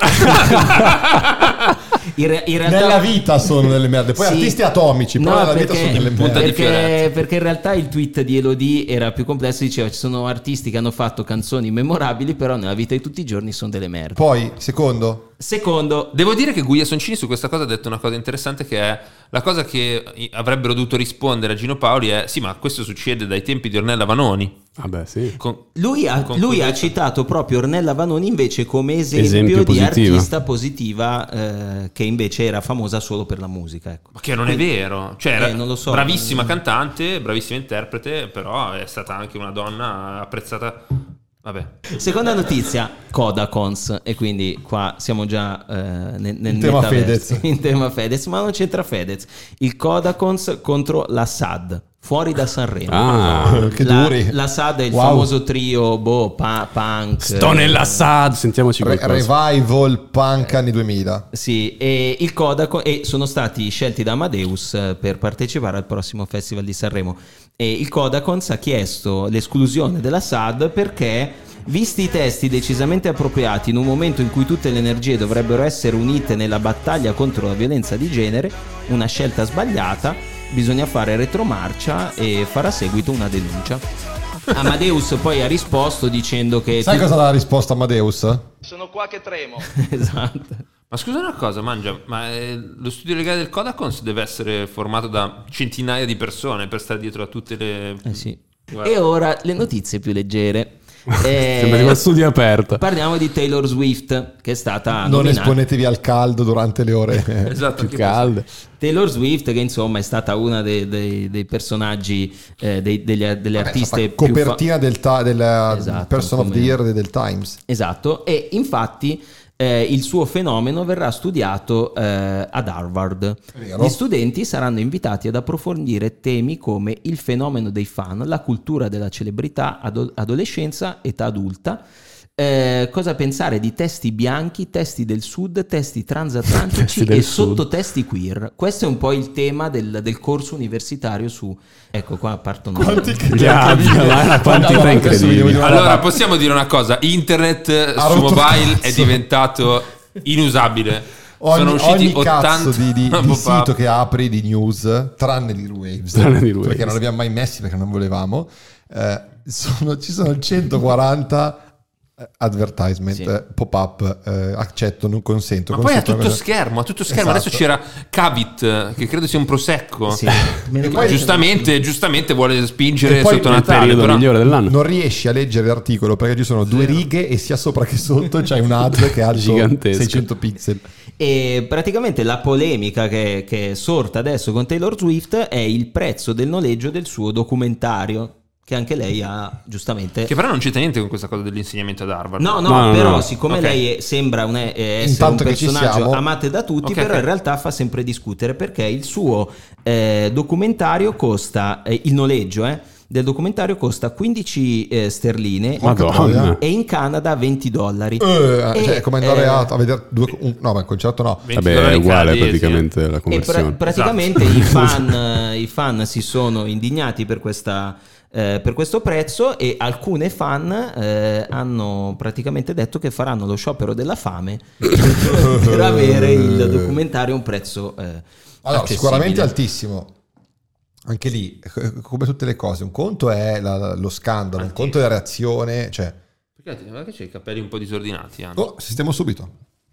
in, re- in realtà,
Nella vita sono delle merde, poi
Sì.
artisti atomici, però
No,
nella vita
perché-
sono delle
punta di
merde.
Fioretti.
perché, perché in realtà il tweet di Elodie era più complesso, diceva ci sono artisti che hanno fatto canzoni memorabili, però nella vita di tutti i giorni sono delle merde.
Poi, secondo,
Secondo,
Devo dire che Guia Soncini su questa cosa ha detto una cosa interessante, che è la cosa che avrebbero dovuto rispondere a Gino Paoli è: sì, ma questo succede dai tempi di Ornella Vanoni.
Vabbè, sì.
Con-
lui ha,
con
lui
cui-
ha citato proprio Ornella Vanoni invece come esempio,
Esempio
di
positiva.
artista positiva, eh, che invece era famosa solo per la musica. Ecco.
Ma che non è vero, cioè era
Eh, non lo so.
bravissima cantante, bravissima interprete, però è stata anche una donna apprezzata. Vabbè,
Seconda notizia, Kodakons, e quindi qua siamo già eh, nel, nel
In tema
metaverso,
Fedez.
in tema Fedez, ma non c'entra Fedez. Il Kodakons contro la S A D, fuori da Sanremo.
Ah,
che
la,
duri.
la S A D è il
Wow.
famoso trio boh, pa- punk.
sto nella S A D. Sentiamoci
Re-
qualcosa.
revival punk anni duemila.
Sì, e il Kodakons, e sono stati scelti da Amadeus eh, per partecipare al prossimo Festival di Sanremo. E il Kodakons ha chiesto l'esclusione della S A D perché, visti i testi decisamente appropriati in un momento in cui tutte le energie dovrebbero essere unite nella battaglia contro la violenza di genere, una scelta sbagliata, bisogna fare retromarcia e farà seguito una denuncia. Amadeus poi ha risposto dicendo che...
Sai cosa l'ha risposto Amadeus?
Sono qua che tremo.
Esatto.
ma scusa una cosa, Mangia, ma eh, lo studio legale del Kodakons deve essere formato da centinaia di persone per stare dietro a tutte le...
Eh sì.
Guarda.
E ora le notizie più leggere. Eh,
Sembra di uno studio aperto.
Parliamo di Taylor Swift, che è stata
Non
nominata.
esponetevi al caldo durante le ore eh,
Esatto,
più
anche
calde.
Taylor Swift, che insomma è stata una dei, dei- dei personaggi, eh, dei- degli- delle
Vabbè, è
artiste
stata
più fa-
copertina del ta- della
Esatto,
Person of the
come-
Year del Times.
Esatto, e infatti eh, il suo fenomeno verrà studiato eh, ad Harvard.
Vero.
Gli studenti saranno invitati ad approfondire temi come il fenomeno dei fan, la cultura della celebrità, ado- adolescenza, età adulta. Eh, cosa pensare di testi bianchi, testi del sud, testi transatlantici
Testi del
e
sud.
sottotesti queer. Questo è un po' il tema del, del corso universitario su... Ecco qua partono...
Già, ma è una quantità
Allora, adesso vi devo
incredibile.
dire una
Allora,
roba.
possiamo dire una cosa: internet
Ha
su
rotto
mobile
cazzo.
è diventato inusabile.
Ogni,
Sono usciti
ogni
ottanta
cazzo di, di- di
pop-up.
sito che apri di news, tranne di Waves,
Tranne di Waves.
perché non li abbiamo mai messi perché non volevamo, eh, sono- ci sono centoquaranta eh, advertisement,
Sì.
eh, pop-up, eh, accetto, non consento.
Ma poi a
consento,
tutto
cosa-
schermo, a tutto schermo.
Esatto.
Adesso c'era Cavit, che credo sia un prosecco.
Sì.
E poi-
giustamente, giustamente vuole spingere
E poi
sotto
il
Il
Natale.
periodo
Però...
migliore dell'anno.
Non riesci a leggere l'articolo perché ci sono due righe e sia sopra che sotto c'hai un ad che ha
Gigantesco.
seicento pixel.
E praticamente la polemica che, che è sorta adesso con Taylor Swift è il prezzo del noleggio del suo documentario, che anche lei ha giustamente...
Che però non c'entra niente con questa cosa dell'insegnamento ad Harvard.
No, no,
No, no,
però
no.
siccome
Ok.
lei è- sembra un, è- essere
Intanto
un
che ci
personaggio
siamo.
amato da tutti,
Ok,
però
ok.
in realtà fa sempre discutere perché il suo eh, documentario costa, eh, il noleggio eh, del documentario costa quindici eh, sterline
Madonna.
e in Canada venti dollari.
Eh,
E,
cioè, come andare
eh,
a, a vedere due, un- no, ma il concerto no.
venti
Vabbè, è
dollari
uguale
canadesi,
praticamente la
E pra-
conversione.
praticamente
Esatto.
i, fan, eh, i fan si sono indignati per, questa, eh, per questo prezzo e alcune fan eh, hanno praticamente detto che faranno lo sciopero della fame per avere il documentario a un prezzo eh,
Allora,
accessibile.
sicuramente altissimo. Anche lì, eh, come tutte le cose, un conto è la- lo scandalo, un conto è la reazione, cioè,
Perché, perché c'hai i capelli un po' disordinati? Anna?
oh, sistemo subito.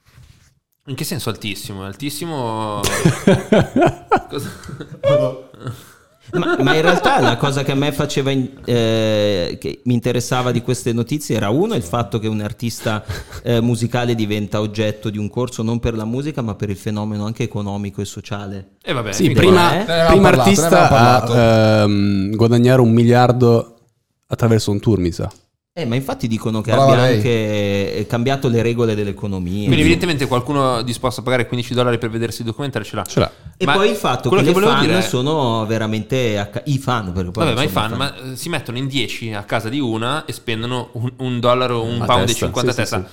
In che senso altissimo? È altissimo... Cosa-
Ma, ma in realtà la cosa che a me faceva in- eh, che mi interessava di queste notizie era uno il fatto che un artista eh, musicale diventa oggetto di un corso non per la musica ma per il fenomeno anche economico e sociale.
E vabbè,
Sì,
quindi-
prima,
Eh?
Ne avevamo
prima
parlato, ne
artista
avevamo
a
parlato.
ehm, guadagnare un miliardo attraverso un tour, mi sa.
Eh, ma infatti dicono che
Brava
abbia
lei.
anche cambiato le regole dell'economia.
Quindi evidentemente qualcuno disposto a pagare quindici dollari per vedersi il documentario ce l'ha.
Ce l'ha.
E
Ma
poi il fatto che
quello
le
volevo
fan
dire è-
sono veramente acca- i fan, perché poi
Vabbè, ma
non
i
sono
fan ma, eh, si mettono in dieci a casa di una e spendono un, un dollaro, un
A
pound
testa,
e cinquanta
sì,
a
sì,
testa.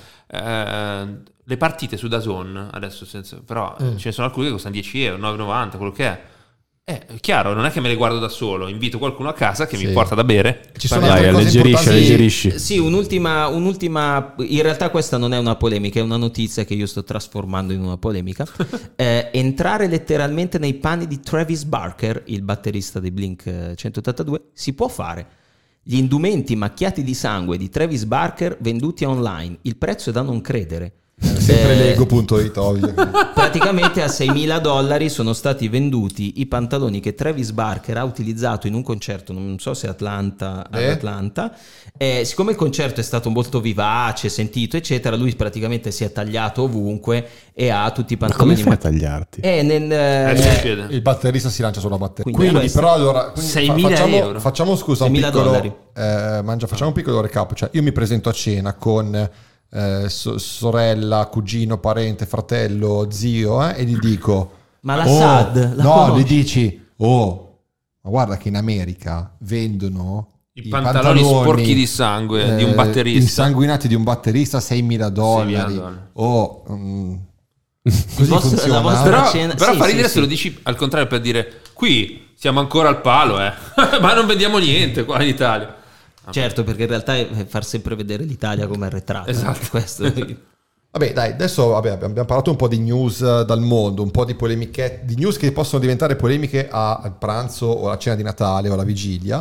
Eh, le partite su DAZN adesso senza, però
Mm.
ce ne sono alcune che costano dieci euro, nove e novanta, quello che è. Eh, è chiaro, non è che me le guardo da solo, invito qualcuno a casa che
Sì.
mi porta da bere.
Ci sono
Dai,
altre cose
alleggerisci,
importanti.
alleggerisci.
Sì, un'ultima, un'ultima. In realtà, questa non è una polemica, è una notizia che io sto trasformando in una polemica. Eh, entrare letteralmente nei panni di Travis Barker, il batterista di Blink centottantadue, si può fare. Gli indumenti macchiati di sangue di Travis Barker venduti online. Il prezzo è da non credere.
Sempre
Eh,
lego punto it, ovvio.
Praticamente a seimila dollari sono stati venduti i pantaloni che Travis Barker ha utilizzato in un concerto, non so se Atlanta, ad
Eh?
Atlanta. Eh, siccome il concerto è stato molto vivace, sentito, eccetera, lui praticamente si è tagliato ovunque e ha tutti i
Ma
pantaloni.
come fai a tagliarti?
Eh, nel,
Eh,
eh,
succede.
Il batterista si lancia sulla batteria.
Quindi
Quindi,
questo-
però allora quindi fa-
seimila
facciamo,
euro.
facciamo scusa un
seimila
piccolo
dollari.
eh, mangia, facciamo un piccolo recap, cioè io mi presento a cena con eh, so- sorella, cugino, parente, fratello, zio eh, e gli dico
Ma la
"Oh",
Sad, la
no,
conosci?
gli dici "Oh, ma guarda che in America vendono
I pantaloni sporchi di sangue di un
eh,
batterista.
insanguinati di un batterista seimila dollari.
seimila dollari.
Oh, mm,
Il
così
vostro- la
funziona.
vostra-
Però,
cena-
però
sì,
fa
sì,
ridere
sì.
se lo dici al contrario per dire qui siamo ancora al palo, eh. Ma non vendiamo niente qua in Italia.
Certo, perché in realtà è far sempre vedere l'Italia come arretrata.
Esatto.
Questo.
Vabbè, dai, adesso vabbè, abbiamo parlato un po' di news eh, dal mondo, un po' di polemiche, di news che possono diventare polemiche a- al pranzo o alla cena di Natale o alla vigilia.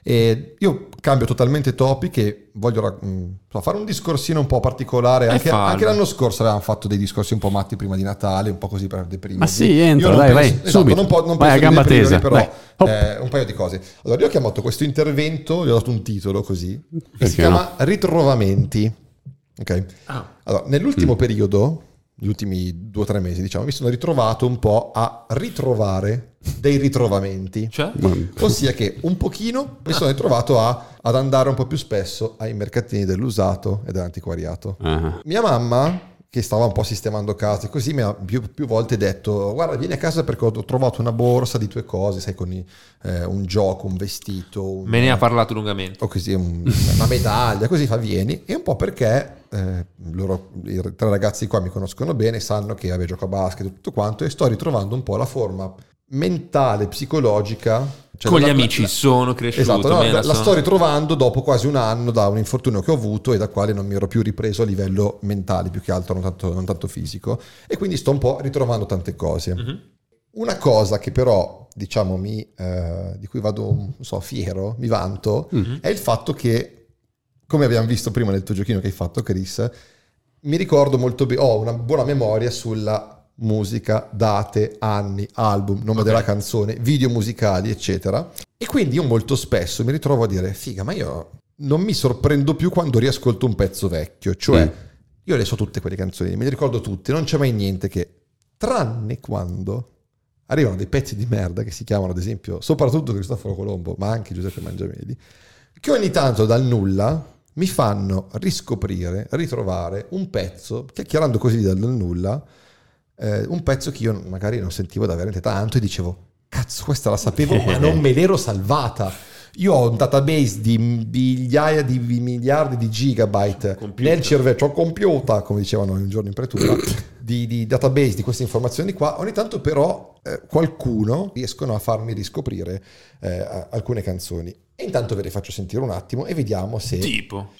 E io cambio totalmente topic e voglio ra- mh, so, fare un discorsino un po' particolare.
E
Anche,
fallo.
anche l'anno scorso avevamo fatto dei discorsi un po' matti prima di Natale, un po' così per deprimervi.
Ma sì, entra,
Io non
dai,
penso-
vai,
esatto,
subito.
non, po- non
Vai,
penso
a
di
gamba
deprimervi,
tesa,
però
vai. Hop.
eh, un paio di cose. Allora, io ho chiamato questo intervento, gli ho dato un titolo così, che
Perché
si chiama Ritrovamenti. Ok?
Ah.
Allora, nell'ultimo periodo, gli ultimi due o tre mesi, diciamo, mi sono ritrovato un po' a ritrovare dei ritrovamenti.
Cioè?
Ossia che un pochino mi sono ritrovato a, ad andare un po' più spesso ai mercatini dell'usato e dell'antiquariato.
Ah.
Mia mamma, che stava un po' sistemando casa e così, mi ha più, più volte detto guarda vieni a casa perché ho trovato una borsa di tue cose, sai, con i, eh, un gioco, un vestito, un-
Me ne ha parlato lungamente.
o così un- una medaglia, così fa vieni, e un po' perché eh, loro, i tre ragazzi qua mi conoscono bene, sanno che vabbè, gioco a basket e tutto quanto, e sto ritrovando un po' la forma mentale, psicologica, cioè
Con gli
la-
amici
la-
sono cresciuto.
Esatto, no,
me
la, la
sono-
sto ritrovando dopo quasi un anno da un infortunio che ho avuto e da quale non mi ero più ripreso a livello mentale, più che altro, non tanto, non tanto fisico, e quindi sto un po' ritrovando tante cose.
Mhm.
Una cosa che però, diciamo, mi, eh, di cui vado, non so, fiero, mi vanto,
Mhm.
è il fatto che, come abbiamo visto prima nel tuo giochino che hai fatto, Chris, mi ricordo molto bene, ho una buona memoria sulla musica, date, anni, album, nome
Ok.
della canzone, video musicali, eccetera. E quindi io molto spesso mi ritrovo a dire, figa, ma io non mi sorprendo più quando riascolto un pezzo vecchio, cioè
Mm.
io le so tutte quelle canzoni, me le ricordo tutte, non c'è mai niente che, tranne quando arrivano dei pezzi di merda che si chiamano, ad esempio, soprattutto Cristoforo Colombo, ma anche Giuseppe Mangiameli, che ogni tanto dal nulla mi fanno riscoprire, ritrovare un pezzo, chiacchierando così dal nulla, eh, un pezzo che io magari non sentivo da veramente tanto e dicevo, cazzo, questa la sapevo, ma non me l'ero salvata. Io ho un database di migliaia di miliardi di gigabyte
Computer.
nel cervello, c'ho computer, come dicevano un giorno in pretura, di, di database di queste informazioni qua. Ogni tanto però eh, qualcuno riescono a farmi riscoprire eh, a- alcune canzoni. E intanto ve le faccio sentire un attimo e vediamo se...
Tipo.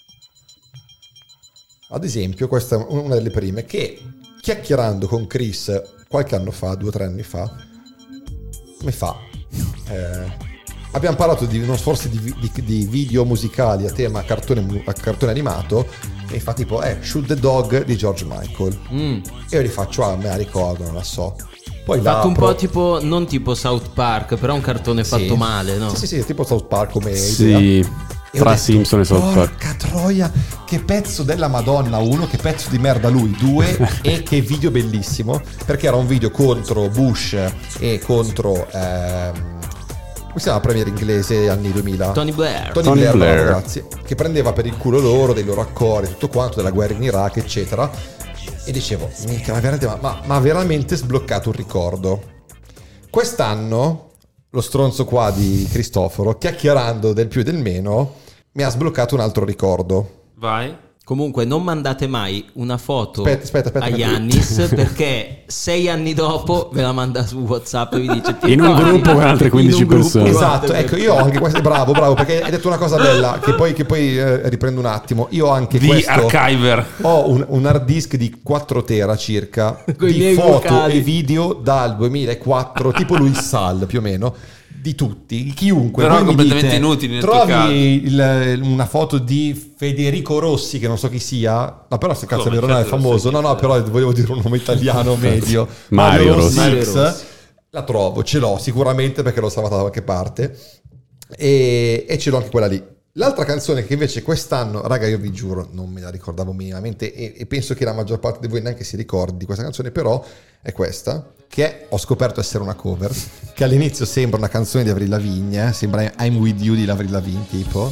Ad esempio, questa è una delle prime che, chiacchierando con Chris qualche anno fa, due o tre anni fa, mi fa... eh, abbiamo parlato di uno sforzo di, di- di video musicali a tema cartone, mu- a cartone animato, e mi fa tipo, eh, Shoot the Dog di George Michael.
Mm.
E io gli faccio, ah, me la ricordo, non la so. Poi
Fatto un
pro-
po' tipo, non tipo South Park, però un cartone
Sì.
fatto male, no?
Sì, sì, sì, tipo South Park come idea.
Sì,
E ho
fra
detto,
Simpson e South Park.
porca troia, che pezzo della Madonna uno, che pezzo di merda lui due e che video bellissimo, perché era un video contro Bush e contro ehm, come si chiama la premier inglese anni duemila?
Tony Blair.
Tony,
Tony
Blair,
Blair.
bravo, grazie, che prendeva per il culo loro, dei loro accordi, tutto quanto, della guerra in Iraq, eccetera. E dicevo, minchia, ma veramente, ma, ma, ma veramente sbloccato un ricordo. Quest'anno lo stronzo qua di Cristoforo, chiacchierando del più e del meno, mi ha sbloccato un altro ricordo.
Vai.
Comunque non mandate mai una foto
Aspetta, aspetta, aspetta,
a
aspetta.
Yannis perché sei anni dopo ve la manda su WhatsApp e vi dice "Ti
In un
ricordi?"
gruppo con altre
In
quindici
un gruppo,
persone.
Esatto,
guarda,
ecco, io ho anche questo, bravo, bravo, perché hai detto una cosa bella che poi, che poi eh, riprendo un attimo. Io ho anche
The
questo,
Archiver.
ho un, un hard disk di quattro tera circa
Coi
di
miei
foto
vocali.
e video dal duemilaquattro, tipo lui Sal più o meno, di tutti, chiunque.
Però
Voi mi
completamente
dite,
inutili nel tuo caso.
trovi il- una foto di Federico Rossi che non so chi sia, no, però se cazzo
Come,
è vero, non è
certo,
famoso,
sì,
no no,
certo.
però volevo dire un nome italiano medio.
Mario Rossi.
Mario
X,
Rossi.
la trovo, ce l'ho sicuramente perché l'ho salvata da qualche parte e, e ce l'ho anche quella lì. L'altra canzone che invece quest'anno, raga, io vi giuro, non me la ricordavo minimamente e, e penso che la maggior parte di voi neanche si ricordi di questa canzone, però è questa, che ho scoperto essere una cover, che all'inizio sembra una canzone di Avril Lavigne, eh, sembra I'm With You di Avril Lavigne tipo.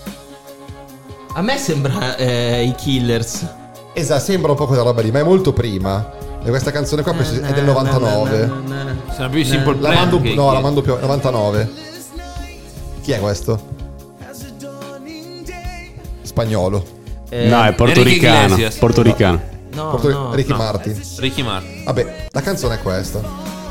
A me sembra eh, i Killers.
Esatto, sembra un po' quella roba lì, ma è molto prima. E questa canzone qua penso- è del novantanove.
Sembra più Simple
La
Plan.
mando,
che-
no,
che-
la mando più, novantanove. Chi è questo? Spagnolo.
Eh,
No, è
Enrique
portoricano.
Iglesias.
Portoricano.
no,
Porto-
no.
Ricky
no.
Martin.
Ricky Martin.
Vabbè, la canzone è questa.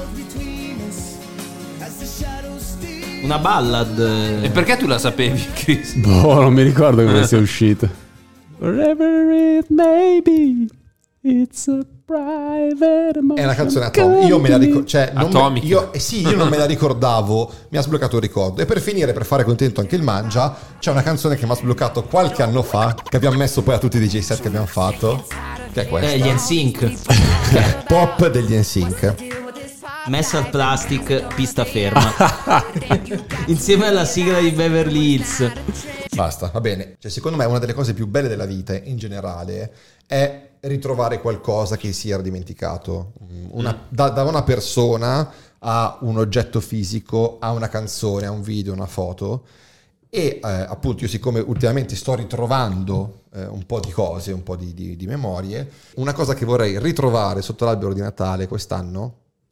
Una ballad.
E perché tu la sapevi, Chris?
Boh, non mi ricordo come sia uscita. Wherever it may be, it's a private emotion.
È una canzone atomica. Io me la ricordo. Cioè, non me-
Atomica.
io, eh sì, io non me la ricordavo. Mi ha sbloccato il ricordo. E per finire, per fare contento anche il Mangia, c'è una canzone che mi ha sbloccato qualche anno fa. Che abbiamo messo poi a tutti i D J set che abbiamo fatto. Che è questa.
Eh, gli N Sync.
Che è Pop degli N Sync.
Messa al plastic, pista ferma. Insieme alla sigla di Beverly Hills.
Basta, va bene. Cioè, secondo me una delle cose più belle della vita in generale è ritrovare qualcosa che si era dimenticato. Una- da, da una persona a un oggetto fisico, a una canzone, a un video, una foto. E eh, appunto io, siccome ultimamente sto ritrovando eh, un po' di cose, un po' di, di- di memorie, una cosa che vorrei ritrovare sotto l'albero di Natale quest'anno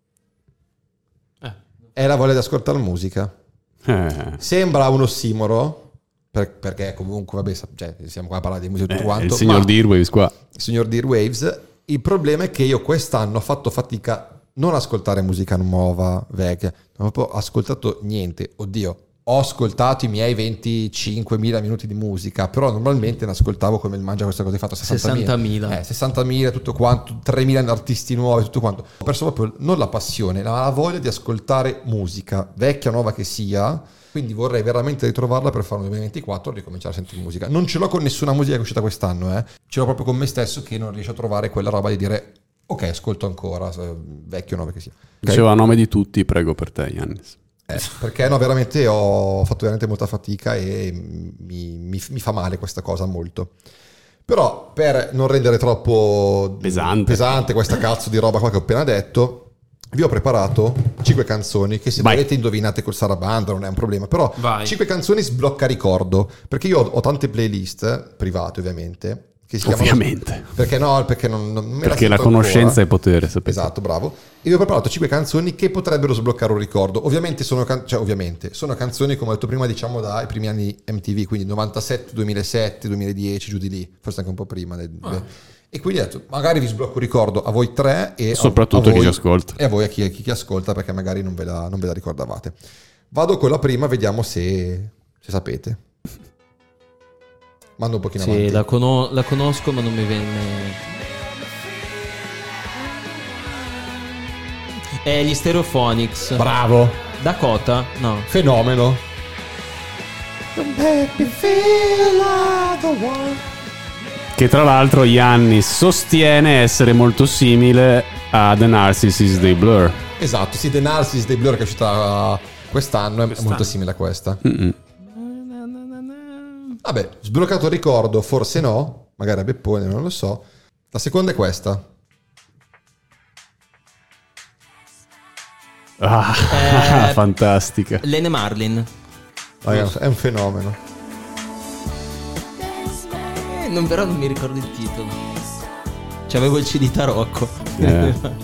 Eh.
è la voglia di ascoltare musica.
Eh,
Sembra un ossimoro, per- perché comunque, vabbè, sa- cioè, siamo qua a parlare di musica e tutto
eh,
quanto.
il signor
ma-
Dearwaves qua.
il signor Dearwaves. Il problema è che io quest'anno ho fatto fatica non a ascoltare musica nuova, vecchia, non ho proprio ascoltato niente. Oddio, ho ascoltato i miei venticinquemila minuti di musica, però normalmente ne ascoltavo come il Mangia questa cosa, hai fatto sessantamila.
sessantamila.
Eh, sessantamila, tutto quanto, tremila artisti nuovi, tutto quanto. Ho perso proprio non la passione, ma la voglia di ascoltare musica, vecchia o nuova che sia. Quindi vorrei veramente ritrovarla per fare un duemilaventiquattro e ricominciare a sentire musica. Non ce l'ho con nessuna musica che è uscita quest'anno, eh. Ce l'ho proprio con me stesso che non riesco a trovare quella roba di dire ok, ascolto ancora, se- vecchio o nuova che sia. Ok?
Dicevo a nome di tutti, prego per te, Yannis.
Eh, perché no, veramente ho fatto veramente molta fatica e mi, mi- mi fa male questa cosa molto. Però per non rendere troppo
Pesante.
pesante questa cazzo di roba qua che ho appena detto, vi ho preparato cinque canzoni che se
Vai.
volete indovinate col Sarabanda, non è un problema, però
Vai.
cinque canzoni sblocca ricordo, perché io ho, ho tante playlist private ovviamente, che si chiamano-
Ovviamente.
perché no, perché non, non me
Perché la
sento
conoscenza
ancora.
è potere, sapete.
Esatto, bravo. E vi ho preparato cinque canzoni che potrebbero sbloccare un ricordo. Ovviamente sono, can- cioè, ovviamente, sono canzoni, come ho detto prima, diciamo dai primi anni M T V, quindi novantasette, duemilasette, duemiladieci, giù di lì, forse anche un po' prima. del- E quindi ho detto, magari vi sblocco un ricordo a voi tre e a-
Soprattutto
a
a chi
voi-
ci ascolta.
E a voi, a chi, a chi ascolta, perché magari non ve la, non ve la ricordavate. Vado con la prima, vediamo se, se sapete. Mando un pochino
Sì,
avanti.
la, cono- la conosco ma non mi viene. È gli Stereophonics.
Bravo,
Dakota? No.
fenomeno.
Che tra l'altro Yannis sostiene essere molto simile a The Narcissist dei Blur.
Esatto, sì, The Narcissus dei Blur che è uscita quest'anno è
Quest'anno.
molto simile a questa.
Mm-mm.
Vabbè, sbloccato il ricordo, forse no, magari a Beppone, non lo so. La seconda è questa.
Ah,
Eh,
fantastica.
Lene Marlin.
Ragazzi, è un fenomeno.
Eh, non, però non mi ricordo il titolo. C'avevo il C D Tarocco.
Eh.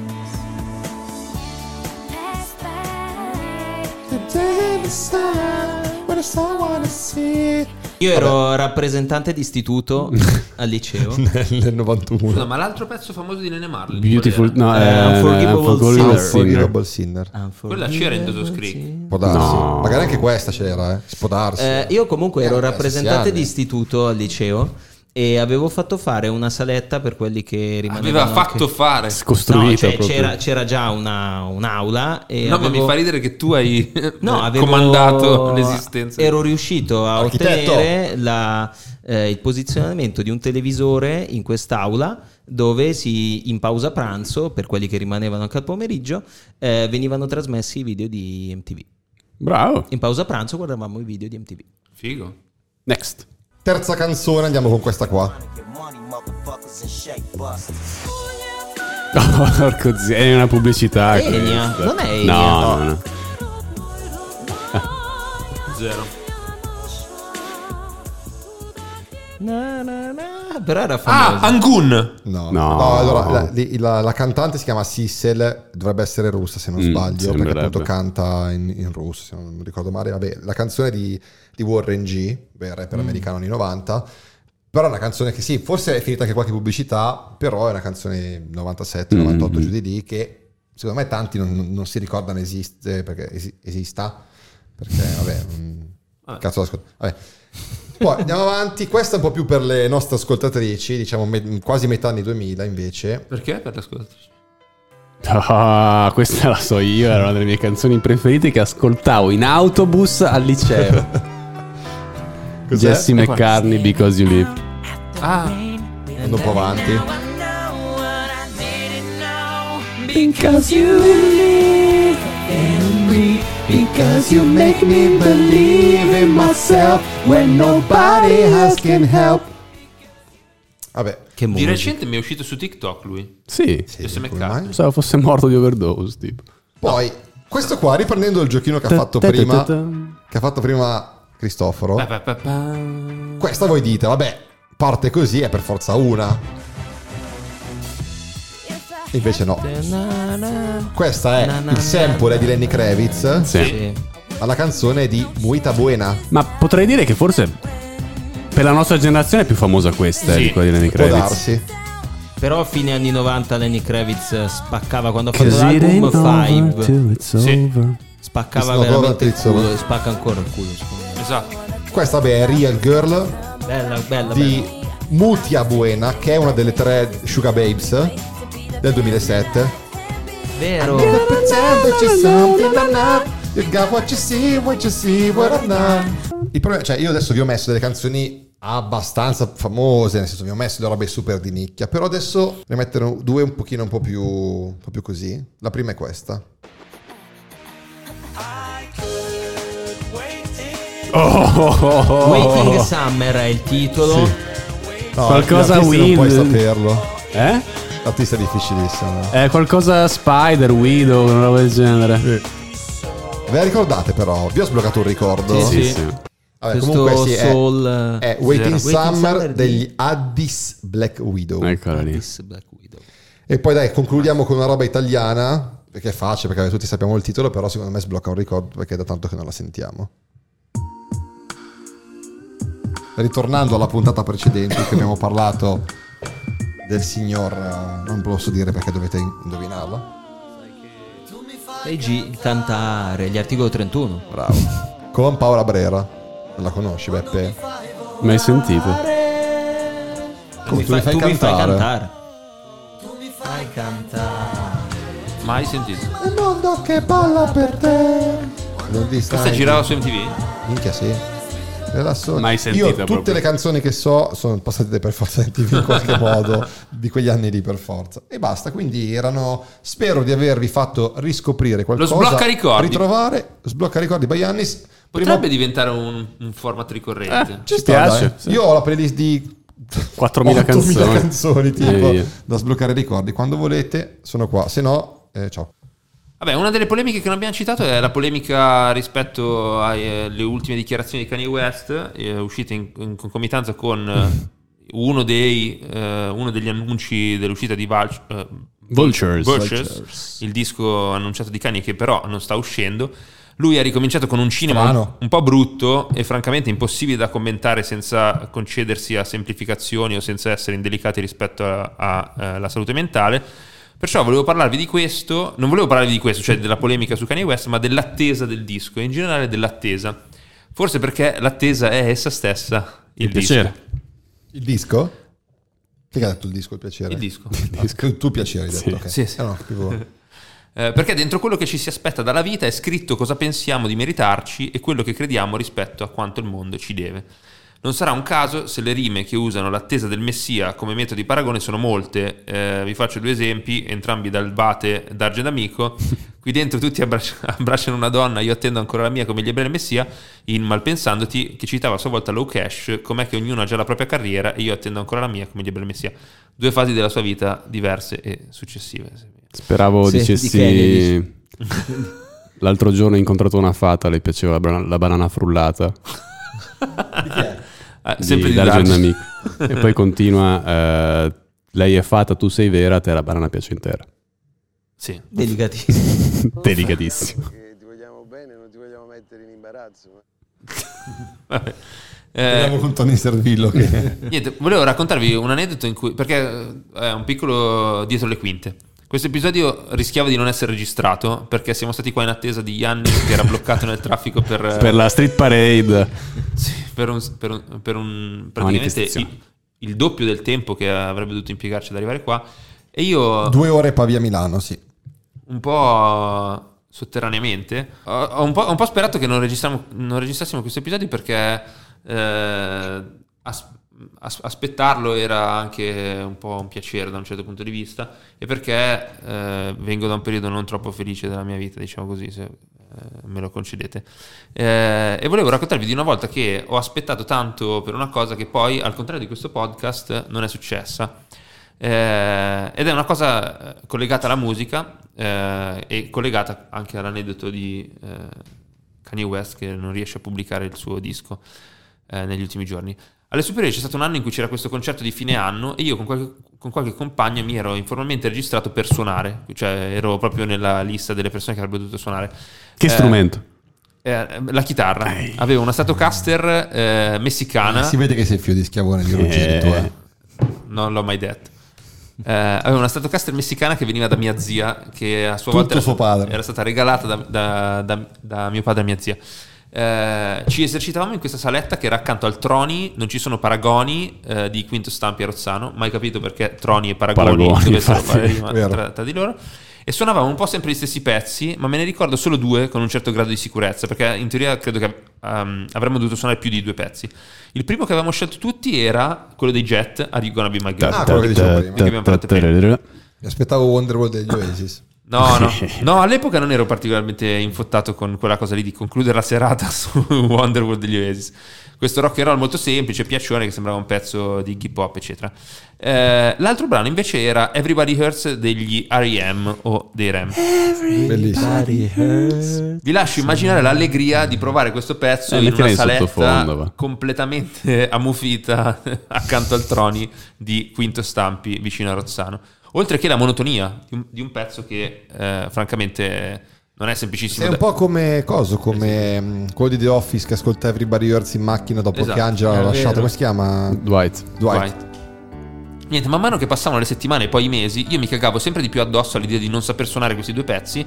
Io ero rappresentante d'istituto al liceo.
Nel novantuno.
Scusa, ma l'altro pezzo famoso di Lene Marlin?
Beautiful,
qual
no,
Eh,
eh,
Unforgivable
Unforgivable
Sinner.
Sinner.
Unforgivable Sinner.
Quella c'era in Dawson's Creek.
Può darsi.
No.
Magari anche questa c'era, eh. Si può darsi.
Eh, io comunque ero
Eh,
rappresentante
stessi anni.
d'istituto al liceo e avevo fatto fare una saletta per quelli che rimanevano.
Aveva fatto
anche-
fare.
No,
Costruito
cioè,
proprio.
c'era, c'era già una, un'aula e
No, ma
avevo-
mi fa ridere che tu hai
No, avevo-
comandato l'esistenza.
Ero riuscito a
Architetto.
ottenere la, eh, il posizionamento di un televisore in quest'aula dove si, in pausa pranzo, per quelli che rimanevano anche al pomeriggio, eh, venivano trasmessi i video di M T V.
Bravo.
In pausa pranzo guardavamo i video di M T V.
Figo.
Next.
Terza canzone, andiamo con questa qua.
Oh, porco zio, è una pubblicità.
Enya?
questa.
Non è Enya?
No,
No.
no, no.
Zero.
Na, na, na. Però era
Ah,
famosa.
Angun.
No,
No.
allora la, li- la- la cantante si chiama Sissel, dovrebbe essere russa se non
Mm,
sbaglio, perché
sembrerebbe.
appunto canta in, in russo, se non ricordo male. Vabbè, la canzone di, di Warren G, beh, rapper americano anni novanta, però è una canzone che sì, forse è finita anche qualche pubblicità, però è una canzone novantasette novantotto
Mm.
giù di lì che secondo me tanti non, non si ricordano esiste, perché esi- esista, perché vabbè, mm,
Vabbè.
cazzo d'ascolto. Vabbè. Poi andiamo avanti, questa è un po' più per le nostre ascoltatrici, diciamo me- quasi metà anni duemila invece.
Perché? Per l'ascoltatrice.
Ah, questa la so io, era una delle mie canzoni preferite che ascoltavo in autobus al liceo.
Cos'è?
Jesse
E
McCartney, Because You Live.
Ah,
Andando un po' avanti.
Because you live in me, because you make me believe in myself when nobody else can help.
Vabbè,
Che
di
musica.
recente mi è uscito su TikTok lui.
Sì,
sì,
Jesse
come
McCartney.
mai?
pensavo fosse morto di overdose, tipo.
Poi, questo qua, riprendendo il giochino che ha fatto prima, che ha fatto prima Cristoforo,
Pa, pa, pa, pa.
questa voi dite, vabbè, parte così, è per forza una. Invece no.
Na, na.
Questa è
Na, na,
il sample di Lenny Kravitz
Sì.
Sì.
alla canzone di Muita Buena.
Ma potrei dire che forse per la nostra generazione è più famosa questa eh,
Sì.
di quella di Lenny
Può
Kravitz.
darsi.
Però a fine anni novanta Lenny Kravitz spaccava quando ha fatto
'Cause it
l'album
ain't over
Five.
till it's
Sì.
over.
Spaccava
It's not
veramente
over till
il
it's
culo
over.
e spacca ancora il culo, secondo me.
Esatto.
Questa, beh, è Real Girl
Bella, bella,
di
bella.
Mutia Buena, che è una delle tre Sugar Babes del duemilasette.
Vero.
Il problema, cioè, io adesso vi ho messo delle canzoni abbastanza famose, nel senso vi ho messo delle robe super di nicchia, però adesso ne metterò due un pochino un po' più, un po' più così. La prima è questa.
Oh, oh, oh, oh.
Waiting Summer è il titolo.
No,
Qualcosa
l'artista non puoi
Wind.
saperlo.
Eh?
L'artista è difficilissimo.
È qualcosa Spider, Widow, una roba del genere.
Ve la ricordate però? Vi ho sbloccato un ricordo.
Sì,
Sì, sì.
Vabbè,
Questo
comunque sì, è,
soul
è Waiting
Zero. Waiting
Summer
Summer di-
degli Addis Black Widow.
Eccola lì.
Addis Black Widow.
E poi dai, concludiamo con una roba italiana, perché è facile, perché tutti sappiamo il titolo, però secondo me sblocca un ricordo perché è da tanto che non la sentiamo. Ritornando alla puntata precedente in cui abbiamo parlato del signor, eh, non posso dire perché dovete indovinarla.
E G cantare gli articoli trentuno.
Bravo. Con Paola Brera. Non la conosci, Beppe?
Mai sentito?
Come
Mi
tu mi
fai-
fai
tu mi fai
cantare?
cantare. Tu mi fai cantare.
Mai sentito.
Il mondo che balla per te. Non ti
Questa
stai-
girava su M T V?
Minchia, sì. della Sony.
Mai sentita
Io tutte
proprio.
le canzoni che so sono passate per Forza M T V in qualche modo di quegli anni lì per forza. E basta, quindi erano, spero di avervi fatto riscoprire qualcosa.
Lo sblocca ricordi.
Ritrovare, sblocca ricordi by Yannis.
Potrebbe
Prima-
diventare un, un format ricorrente.
Eh,
Ci
Ci
sta,
piace,
dai.
sì.
Io ho la playlist di
quattromila
ottomila
canzoni.
canzoni tipo
Eh,
da sbloccare ricordi. Quando volete sono qua, se no eh, ciao.
Vabbè, una delle polemiche che non abbiamo citato è la polemica rispetto alle ultime dichiarazioni di Kanye West, eh, uscite in, in concomitanza con eh, uno, dei, eh, uno degli annunci dell'uscita di Vulture, eh,
Vultures.
Vultures, il disco annunciato di Kanye che però non sta uscendo. Lui ha ricominciato con un cinema
Strano.
un po' brutto e francamente impossibile da commentare senza concedersi a semplificazioni o senza essere indelicati rispetto alla salute mentale. Perciò volevo parlarvi di questo, non volevo parlarvi di questo, cioè della polemica su Kanye West, ma dell'attesa del disco e in generale dell'attesa. Forse perché l'attesa è essa stessa il,
Il piacere.
disco.
Il disco? Che ha detto il disco, il piacere?
Il disco.
Ah, tu, tu piacere hai detto,
Sì.
ok.
Sì, sì.
Eh no, capivo.
Eh, perché dentro quello che ci si aspetta dalla vita è scritto cosa pensiamo di meritarci e quello che crediamo rispetto a quanto il mondo ci deve. Non sarà un caso se le rime che usano l'attesa del Messia come metodo di paragone sono molte. Eh, vi faccio due esempi, entrambi dal Bate d'Argent Amico. Qui dentro tutti abbracci- abbracciano una donna, io attendo ancora la mia come gli ebrei del Messia, in Malpensandoti, che citava a sua volta Low Cash, com'è che ognuno ha già la propria carriera e io attendo ancora la mia come gli ebrei del Messia. Due fasi della sua vita diverse e successive.
Speravo
Sì,
dicessi
di Kanye,
l'altro giorno ho incontrato una fata, le piaceva la, bana- la banana frullata.
Eh, sempre di
D'Argent
Darge.
Amico. E poi continua eh, lei è fata, tu sei vera, a te la banana piace intera.
Sì.
Delicatissimo.
Delicatissimo.
Che ti vogliamo bene, non ti vogliamo mettere in imbarazzo.
Vabbè.
Vediamo
Eh,
con Tony Servillo che
niente, volevo raccontarvi un aneddoto in cui, perché eh, è un piccolo dietro le quinte. Questo episodio rischiava di non essere registrato perché siamo stati qua in attesa di Yannis che era bloccato nel traffico per,
Per la street parade.
sì, per un, per un, per un praticamente
manifestazione.
il, il doppio del tempo che avrebbe dovuto impiegarci ad arrivare qua. E io
due ore Pavia Milano, sì.
un po' sotterraneamente ho, ho, un, po', ho un po' sperato che non, registriamo, non registrassimo questo episodio perché eh, as, as, aspettarlo era anche un po' un piacere da un certo punto di vista e perché eh, vengo da un periodo non troppo felice della mia vita, diciamo così, se eh, me lo concedete, eh, e volevo raccontarvi di una volta che ho aspettato tanto per una cosa che poi al contrario di questo podcast non è successa. Eh, ed è una cosa collegata alla musica eh, e collegata anche all'aneddoto di eh, Kanye West che non riesce a pubblicare il suo disco eh, negli ultimi giorni. Alle superiori c'è stato un anno in cui c'era questo concerto di fine anno e io con qualche, con qualche compagno mi ero informalmente registrato per suonare, cioè ero proprio nella lista delle persone che avrebbero dovuto suonare.
Che
Eh,
strumento?
eh, la chitarra. Avevo una Stratocaster eh, messicana.
Si vede che sei figlio di schiavone di Ruggeri, tu, eh.
Non l'ho mai detto. Eh, avevo una Stratocaster messicana che veniva da mia zia, che a sua
Tutto
volta era,
suo padre.
era stata regalata da, da- da- da mio padre a mia zia. Eh, ci esercitavamo in questa saletta che era accanto al Troni, non ci sono paragoni eh, di Quinto Stampi a Rozzano, mai capito perché Troni e Paragoni,
Paragoni,
dovessero
infatti,
fare rima
vero.
tra, tra di loro. E suonavamo un po' sempre gli stessi pezzi, ma me ne ricordo solo due con un certo grado di sicurezza, perché in teoria credo che um, avremmo dovuto suonare più di due pezzi. Il primo che avevamo scelto tutti era quello dei Jet, Are You Gonna Be My Girl?
Ah, quello che dicevo prima.
Che abbiamo parlato prima.
Mi aspettavo Wonderwall degli Oasis.
No, no, no, all'epoca non ero particolarmente infottato con quella cosa lì di concludere la serata su Wonderworld degli Oasis. Questo rock and roll molto semplice, piaccione, che sembrava un pezzo di hip hop, eccetera. Eh, l'altro brano invece era Everybody Hurts degli R E M o dei R E M.
Bellissimo.
Vi lascio immaginare l'allegria di provare questo pezzo
Eh,
in una
mettila in
saletta
sottofondo, va.
completamente ammufita accanto al Troni di Quinto Stampi vicino a Rozzano. Oltre che la monotonia di un, di un pezzo che eh, francamente non è semplicissimo.
È un
da-
po' come coso, come mm, quello di The Office che ascolta Everybody Hurts in macchina dopo
Esatto,
che Angela
è
l'ha lasciato.
vero.
Come si chiama?
Dwight.
Dwight.
Dwight. Niente, man mano che passavano le settimane e poi i mesi, io mi cagavo sempre di più addosso all'idea di non saper suonare questi due pezzi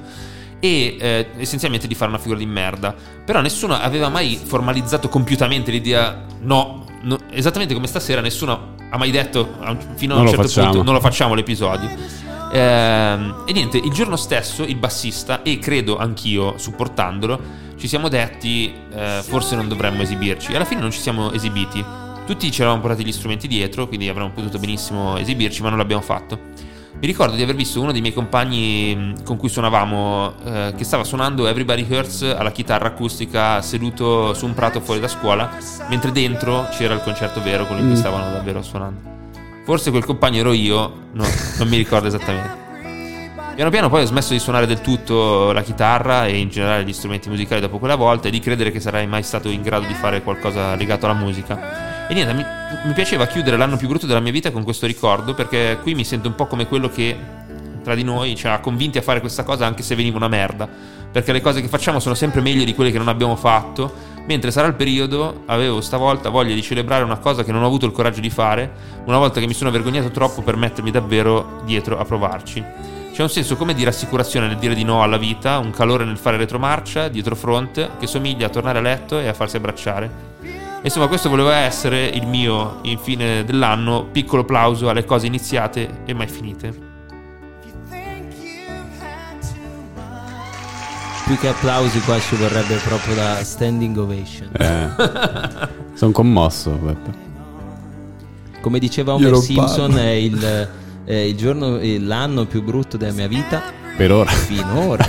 e eh, essenzialmente di fare una figura di merda. Però nessuno aveva mai formalizzato compiutamente l'idea, no, no, esattamente come stasera nessuno ha mai detto a un- fino a
Non
un
lo
certo
facciamo.
punto non lo facciamo l'episodio. Ehm, e niente, il giorno stesso il bassista, e credo anch'io supportandolo, ci siamo detti eh, forse non dovremmo esibirci. Alla fine non ci siamo esibiti. Tutti ci eravamo portati gli strumenti dietro, quindi avremmo potuto benissimo esibirci, ma non l'abbiamo fatto. Mi ricordo di aver visto uno dei miei compagni con cui suonavamo eh, che stava suonando Everybody Hurts alla chitarra acustica seduto su un prato fuori da scuola, mentre dentro c'era il concerto vero, quello in cui stavano davvero suonando. Forse quel compagno ero io, no, non mi ricordo esattamente. Piano piano poi ho smesso di suonare del tutto la chitarra e in generale gli strumenti musicali dopo quella volta e di credere che sarei mai stato in grado di fare qualcosa legato alla musica. E niente, mi, mi piaceva chiudere l'anno più brutto della mia vita con questo ricordo, perché qui mi sento un po' come quello che tra di noi ci ha convinti a fare questa cosa anche se veniva una merda, perché le cose che facciamo sono sempre meglio di quelle che non abbiamo fatto, mentre sarà il periodo, avevo stavolta voglia di celebrare una cosa che non ho avuto il coraggio di fare, una volta che mi sono vergognato troppo per mettermi davvero dietro a provarci. C'è un senso come di rassicurazione nel dire di no alla vita, un calore nel fare retromarcia, dietro fronte, che somiglia a tornare a letto e a farsi abbracciare. Insomma, questo voleva essere il mio, in fine dell'anno, piccolo plauso alle cose iniziate e mai finite.
Più che applausi qua ci vorrebbe proprio la standing ovation.
Eh, sono commosso, Beppe.
Come diceva
Io
Homer
non
Simpson,
parlo.
è il, è il giorno, è l'anno più brutto della mia vita
Per ora.
finora.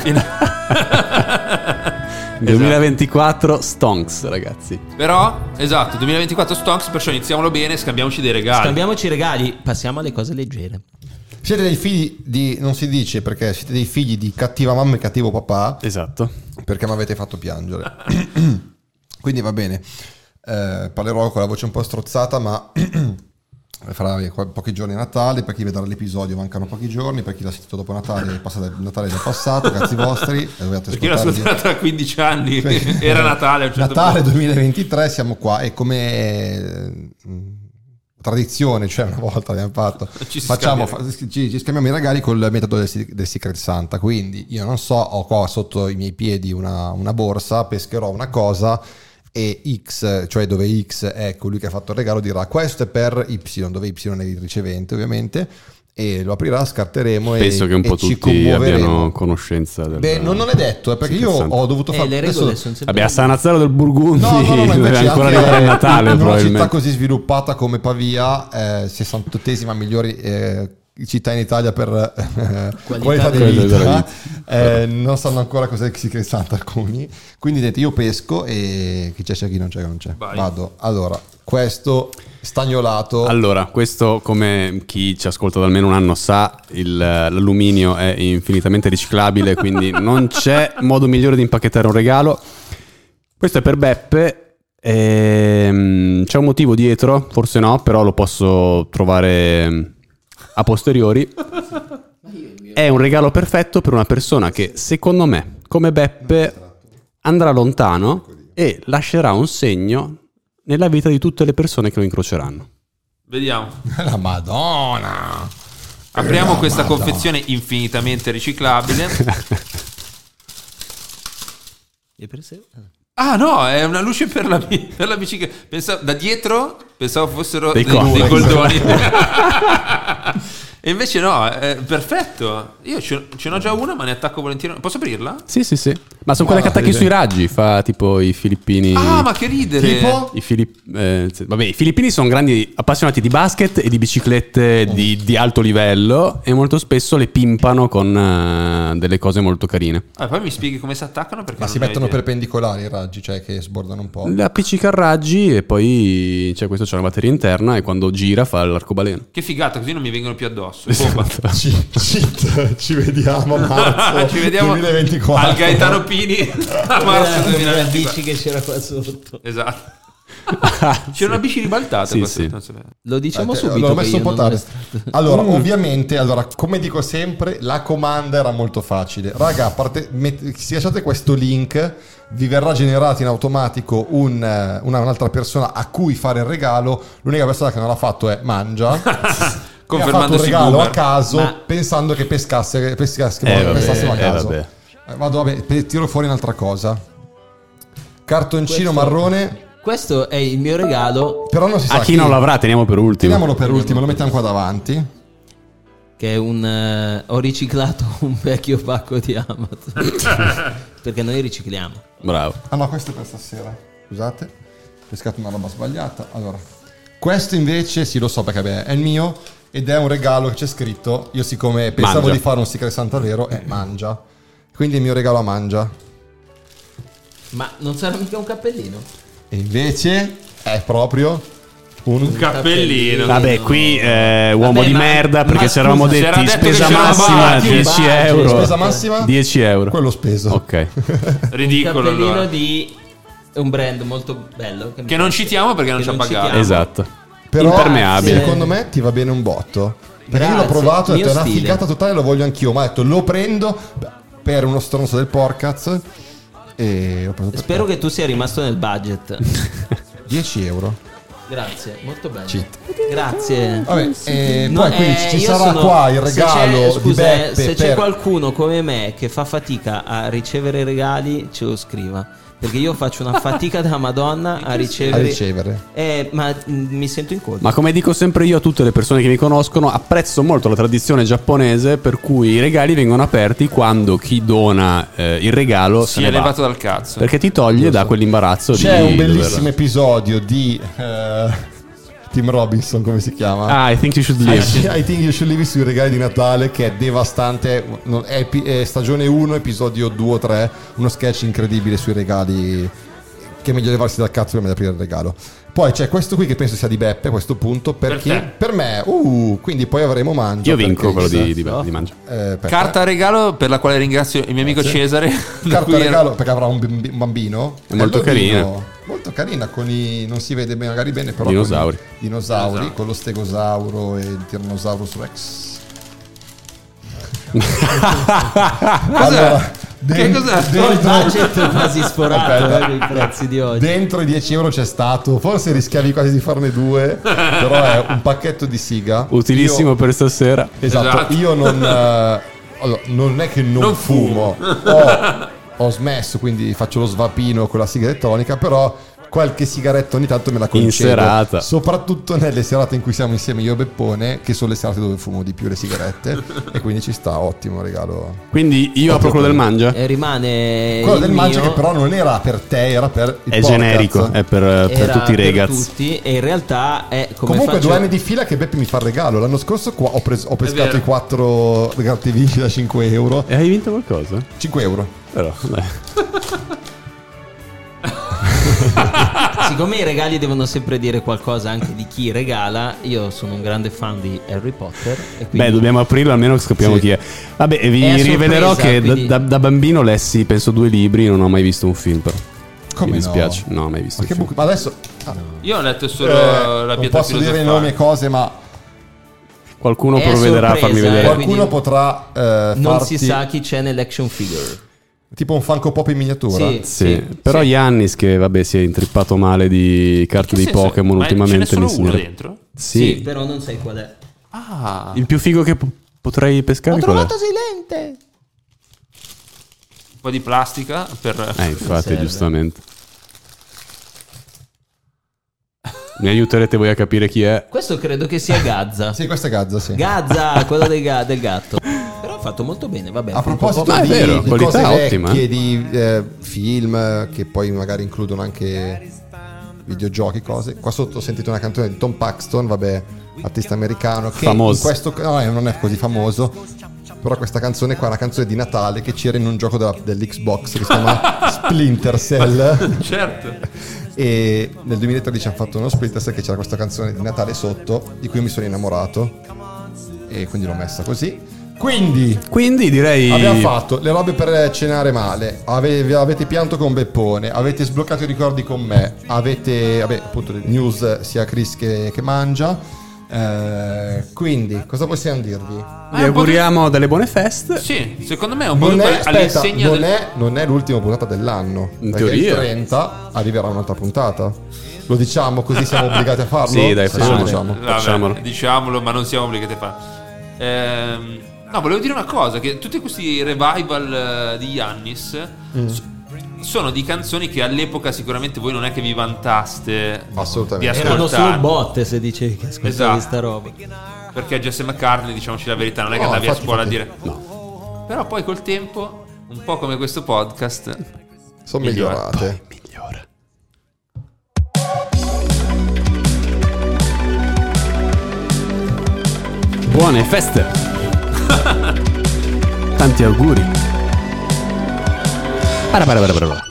duemilaventiquattro Stonks, ragazzi.
Però, esatto, duemilaventiquattro Stonks, perciò iniziamolo bene, scambiamoci dei regali.
Scambiamoci i regali, passiamo alle cose leggere.
Siete dei figli di, non si dice perché siete dei figli di cattiva mamma e cattivo papà,
Esatto.
perché mi avete fatto piangere. Quindi va bene. Eh, parlerò con la voce un po' strozzata, ma farà pochi giorni a Natale. Per chi vedrà l'episodio mancano pochi giorni, per chi l'ha sentito dopo Natale, il passato- il Natale è già passato, cazzi vostri, e dovete
Perché l'ho
ascoltarvi.
ascoltata tra quindici anni, era Natale a un certo
Natale
punto.
duemilaventitré, siamo qua e come eh, tradizione, cioè una volta abbiamo fatto,
Ci si
facciamo,
scambia.
fa- ci, ci scambiamo i regali col metodo del, si- del Secret Santa. Quindi io non so, ho qua sotto i miei piedi una, una borsa, pescherò una cosa e X, cioè dove X è colui che ha fatto il regalo, dirà questo è per Y, dove Y è il ricevente ovviamente, e lo aprirà, scarteremo
Penso
e,
che un po'
e ci
tutti
commuoveremo.
abbiano conoscenza del...
Beh, non, non è detto, eh, perché
Secret
io
Santa.
ho dovuto
Eh,
fare
le regole sono sempre
Vabbè, a Sanazzaro del Burgundi
No, no, no, no,
deve
invece
ancora
anche
arrivare a Natale,
in una
probabilmente.
città così sviluppata come Pavia, eh, sessantottesima migliori eh, città in Italia per eh, qualità, di
di
vita,
vita.
eh, non sanno ancora cos'è il Secret Santa alcuni. Quindi niente, io pesco e chi c'è c'è, chi non c'è che non c'è.
Vai.
Vado. Allora, questo stagnolato.
Allora, questo, come chi ci ascolta da almeno un anno sa, il- l'alluminio è infinitamente riciclabile, quindi non c'è modo migliore di impacchettare un regalo. Questo è per Beppe. ehm, c'è un motivo dietro, forse no, però lo posso trovare a posteriori. È un regalo perfetto per una persona che, secondo me, come Beppe, andrà lontano e lascerà un segno nella vita di tutte le persone che lo incroceranno.
Vediamo.
La Madonna.
Apriamo
La
questa
Madonna.
confezione infinitamente riciclabile.
E per sé-
Ah no, è una luce per la, bi- per la bicicletta. Pensavo, da dietro pensavo fossero
Dei
dei,
cosi.
dei goldoni. E invece no, è perfetto. Io ce, ce n'ho già una, ma ne attacco volentieri. Posso aprirla?
Sì, sì, sì. Ma sono quelle che attacchi sui raggi, fa tipo i filippini.
Ah, ma che ridere!
Tipo?
I, Filipp- eh, sì, vabbè, i filippini sono grandi appassionati di basket e di biciclette di, di alto livello e molto spesso le pimpano con eh, delle cose molto carine.
Ah, poi mi spieghi come si attaccano? Perché
Ma
non
si
ne ho
mettono
idea.
perpendicolari i raggi, cioè che sbordano un po'.
Le appiccica a raggi e poi cioè, questo c'è una batteria interna e quando gira fa l'arcobaleno.
Che figata, così non mi vengono più addosso. Bomba.
Ci, ci, ci vediamo a marzo
Ci vediamo
duemilaventiquattro.
al Gaetano Pini a marzo
Era la
duemilaventiquattro.
bici che c'era qua sotto.
Esatto. C'era una bici ribaltata.
Sì,
qua
sì.
sotto, non so bene.
Lo diciamo
Eh,
subito.
l'ho
che
messo
io
un po'
non ho
tardi.
estratto.
Allora, ovviamente, allora, come dico sempre, la comanda era molto facile. Raga, a parte, met- se lasciate questo link, vi verrà generato in automatico un, eh, una, un'altra persona a cui fare il regalo. L'unica persona che non l'ha fatto è Mangia. E ha fatto un
Confermandosi
regalo
boomer.
a caso,
Ma-
pensando che pescasse, pescasse,
Eh, vabbè,
pescassimo a
eh,
caso.
vabbè.
Eh, vado, vabbè, pe- tiro fuori un'altra cosa. Cartoncino
Questo-
marrone,
Questo è il mio regalo,
però non si sa
A chi non l'avrà teniamo per ultimo.
Teniamolo per ultimo, lo mettiamo qua davanti.
che è un... eh, ho riciclato un vecchio pacco di Amazon. perché noi ricicliamo.
Bravo.
Ah no, questo è per stasera. Scusate, ho pescato una roba sbagliata. Allora, questo invece, sì, lo so perché beh, è il mio ed è un regalo che c'è scritto. Io siccome pensavo
Mangia.
di fare un Secret Santa vero, è mangia. Quindi il mio regalo a mangia.
Ma non sarà mica un cappellino?
E invece è proprio un,
Un cappellino.
Vabbè, qui eh, uomo
Vabbè,
di
ma-
merda perché
ma
ci eravamo
scusa,
si era
detti
detto che
spesa
c'era
massima
budget,
dieci
budget,
euro.
spesa massima
dieci euro.
quello speso.
Ok.
Ridicolo
Un cappellino
allora.
di un brand molto bello.
Che non citiamo perché non
Che
ci ha
non
pagato.
citiamo.
Esatto.
Però
Impermeabile.
secondo me ti va bene un botto. Perché io l'ho
Grazie,
provato e ho
mio
detto è una
stile.
figata totale, lo voglio anch'io. Ma ho detto lo prendo per uno stronzo del porcaz. E ho preso per
Spero
te.
che tu sia rimasto nel budget.
dieci euro.
Grazie, molto bello.
Cheat.
Grazie.
Vabbè, e
No,
poi quindi
eh,
ci
io
sarà
sono-
qua il
se
regalo
c'è-
di
scusa, eh,
Beppe
se c'è
per...
qualcuno come me che fa fatica a ricevere regali, ce lo scriva. Perché io faccio una fatica della Madonna a
a
ricevere.
ricevere.
Eh, ma mm, mi sento in colpa.
Ma come dico sempre io a tutte le persone che mi conoscono, apprezzo molto la tradizione giapponese per cui i regali vengono aperti quando chi dona eh, il regalo se
Si
ne
è
va.
levato dal cazzo.
Perché ti toglie da quell'imbarazzo di
C'è un
dover-
bellissimo episodio di eh, Tim Robinson, come si chiama?
Ah, I think you should
I,
leave.
I think you should leave sui regali di Natale, che è devastante. Non- È, epi- è stagione uno, episodio due o tre. Uno sketch incredibile sui regali. Che è meglio levarsi dal cazzo prima di aprire il regalo. Poi c'è questo qui che penso sia di Beppe a questo punto. Perché
Per te.
per me, uh, quindi poi avremo mangia.
Io vinco quello
perché-
di, di, di Mangia.
Eh, per
Carta regalo per la quale ringrazio il mio amico Cesare. da
Carta
cui era-
regalo perché avrà un bimbi- un bambino.
È molto
Il bambino-
carina.
Molto carina, con i non si vede bene, magari bene, però
Dinosauri.
con i dinosauri,
Dinosauri.
con lo stegosauro e il Tyrannosaurus Rex. Allora,
Che cos'è?
Il
dentro,
budget è quasi sforato
Aspetta.
eh, con i prezzi di oggi.
dentro i dieci euro c'è stato, forse rischiavi quasi di farne due, però è un pacchetto di siga.
Utilissimo
Io-
per stasera.
Esatto,
Esatto.
io non, eh, allora, non è che non,
Non
fumo, ho, ho smesso, quindi faccio lo svapino con la siga elettronica, però qualche sigaretta ogni tanto me la concedo.
In serata.
Soprattutto nelle serate in cui siamo insieme io e Beppone, che sono le serate dove fumo di più le sigarette, e quindi ci sta, ottimo regalo.
Quindi io apro quello del Mangia.
E rimane
Quello
il
del mangia
mio,
che però non era per te, era per il
È
podcast.
generico, è per, per
era
tutti i
per
regaz.
tutti, e in realtà è come
Comunque
faccio...
due anni di fila che Beppe mi fa il regalo. L'anno scorso qua ho, preso- ho pescato
vero.
i quattro gratte vinci da cinque euro.
E hai vinto qualcosa?
cinque euro.
Però, dai.
Siccome i regali devono sempre dire qualcosa anche di chi regala, io sono un grande fan di Harry Potter e quindi
Beh, dobbiamo aprirlo almeno che scapiamo
Sì.
chi è. Vabbè, e vi
È a sorpresa,
rivelerò che da-
quindi-
da, da bambino lessi, penso, due libri, non ho mai visto un film però.
Come
Mi
no?
dispiace, no, ho mai visto
Ma,
un
che
film.
buco- ma adesso ah,
Io ho letto solo
eh,
la
non
pietra
posso dire
filosofale.
nomi e cose, ma
Qualcuno
È a
provvederà a farmi
sorpresa,
vedere.
eh.
qualcuno
quindi
potrà eh,
non
farti
si sa chi c'è nell'action figure.
tipo un Funko Pop in miniatura.
Sì.
Sì, però Yannis che vabbè si è intrippato male di carte
Che
di
senso?
Pokémon
Ma
ultimamente.
ce n'è
mi
solo uno
insegnerà-
dentro?
Sì,
Sì,
però non sai qual è.
Ah.
il più figo che po- potrei pescare qual è?
Silente.
Un po' di plastica per...
Eh, infatti,
serve.
giustamente. Mi aiuterete voi a capire chi è?
Questo credo che sia Gazza.
Sì, questa è Gazza, sì.
Gazza, quello del, ga- del gatto. Però ha fatto molto bene, vabbè.
A proposito
Ma è
di,
vero,
di
qualità
cose
ottima,
vecchie,
eh.
di eh, film che poi magari includono anche videogiochi, cose. Qua sotto ho sentito una canzone di Tom Paxton, vabbè, artista americano, che
Famoso.
in questo no, non è così famoso. Però questa canzone qua è una canzone di Natale che c'era in un gioco della- dell'Xbox che si chiama Splinter Cell.
Certo.
E nel duemilatredici hanno fatto uno Splinter Cell che c'era questa canzone di Natale sotto, di cui mi sono innamorato. E quindi l'ho messa così. Quindi
Quindi direi
abbiamo fatto le robe per cenare male. Ave- avete pianto con Beppone. Avete sbloccato i ricordi con me. Avete, vabbè, appunto, le news sia Chris che, che mangia. Eh, quindi, cosa possiamo dirvi?
vi auguriamo delle buone feste.
Sì, secondo me è un po'
Non
tutto
è, aspetta,
all'insegna
non,
del...
è, non è l'ultima puntata dell'anno.
In
perché
teoria.
il trenta arriverà un'altra puntata. Lo diciamo così siamo obbligati a farlo?
Sì, dai,
lo
facciamolo.
diciamo.
Vabbè,
Facciamolo.
diciamolo, ma non siamo obbligati a farlo. Ehm, no, volevo dire una cosa, che tutti questi revival eh, di Yannis
Mm.
so- sono di canzoni che all'epoca sicuramente voi non è che vi vantaste
Assolutamente.
di
Erano
ascoltare.
solo botte se dicevi che ascoltavi
Esatto.
sta roba.
Perché Jesse McCartney, diciamoci la verità, non è che
No,
andavi a
infatti,
scuola
infatti.
a dire... Però poi col tempo un po' come questo podcast,
sono
migliora.
migliorate.
Migliore. Buone feste. Tanti auguri. Para para para para. para.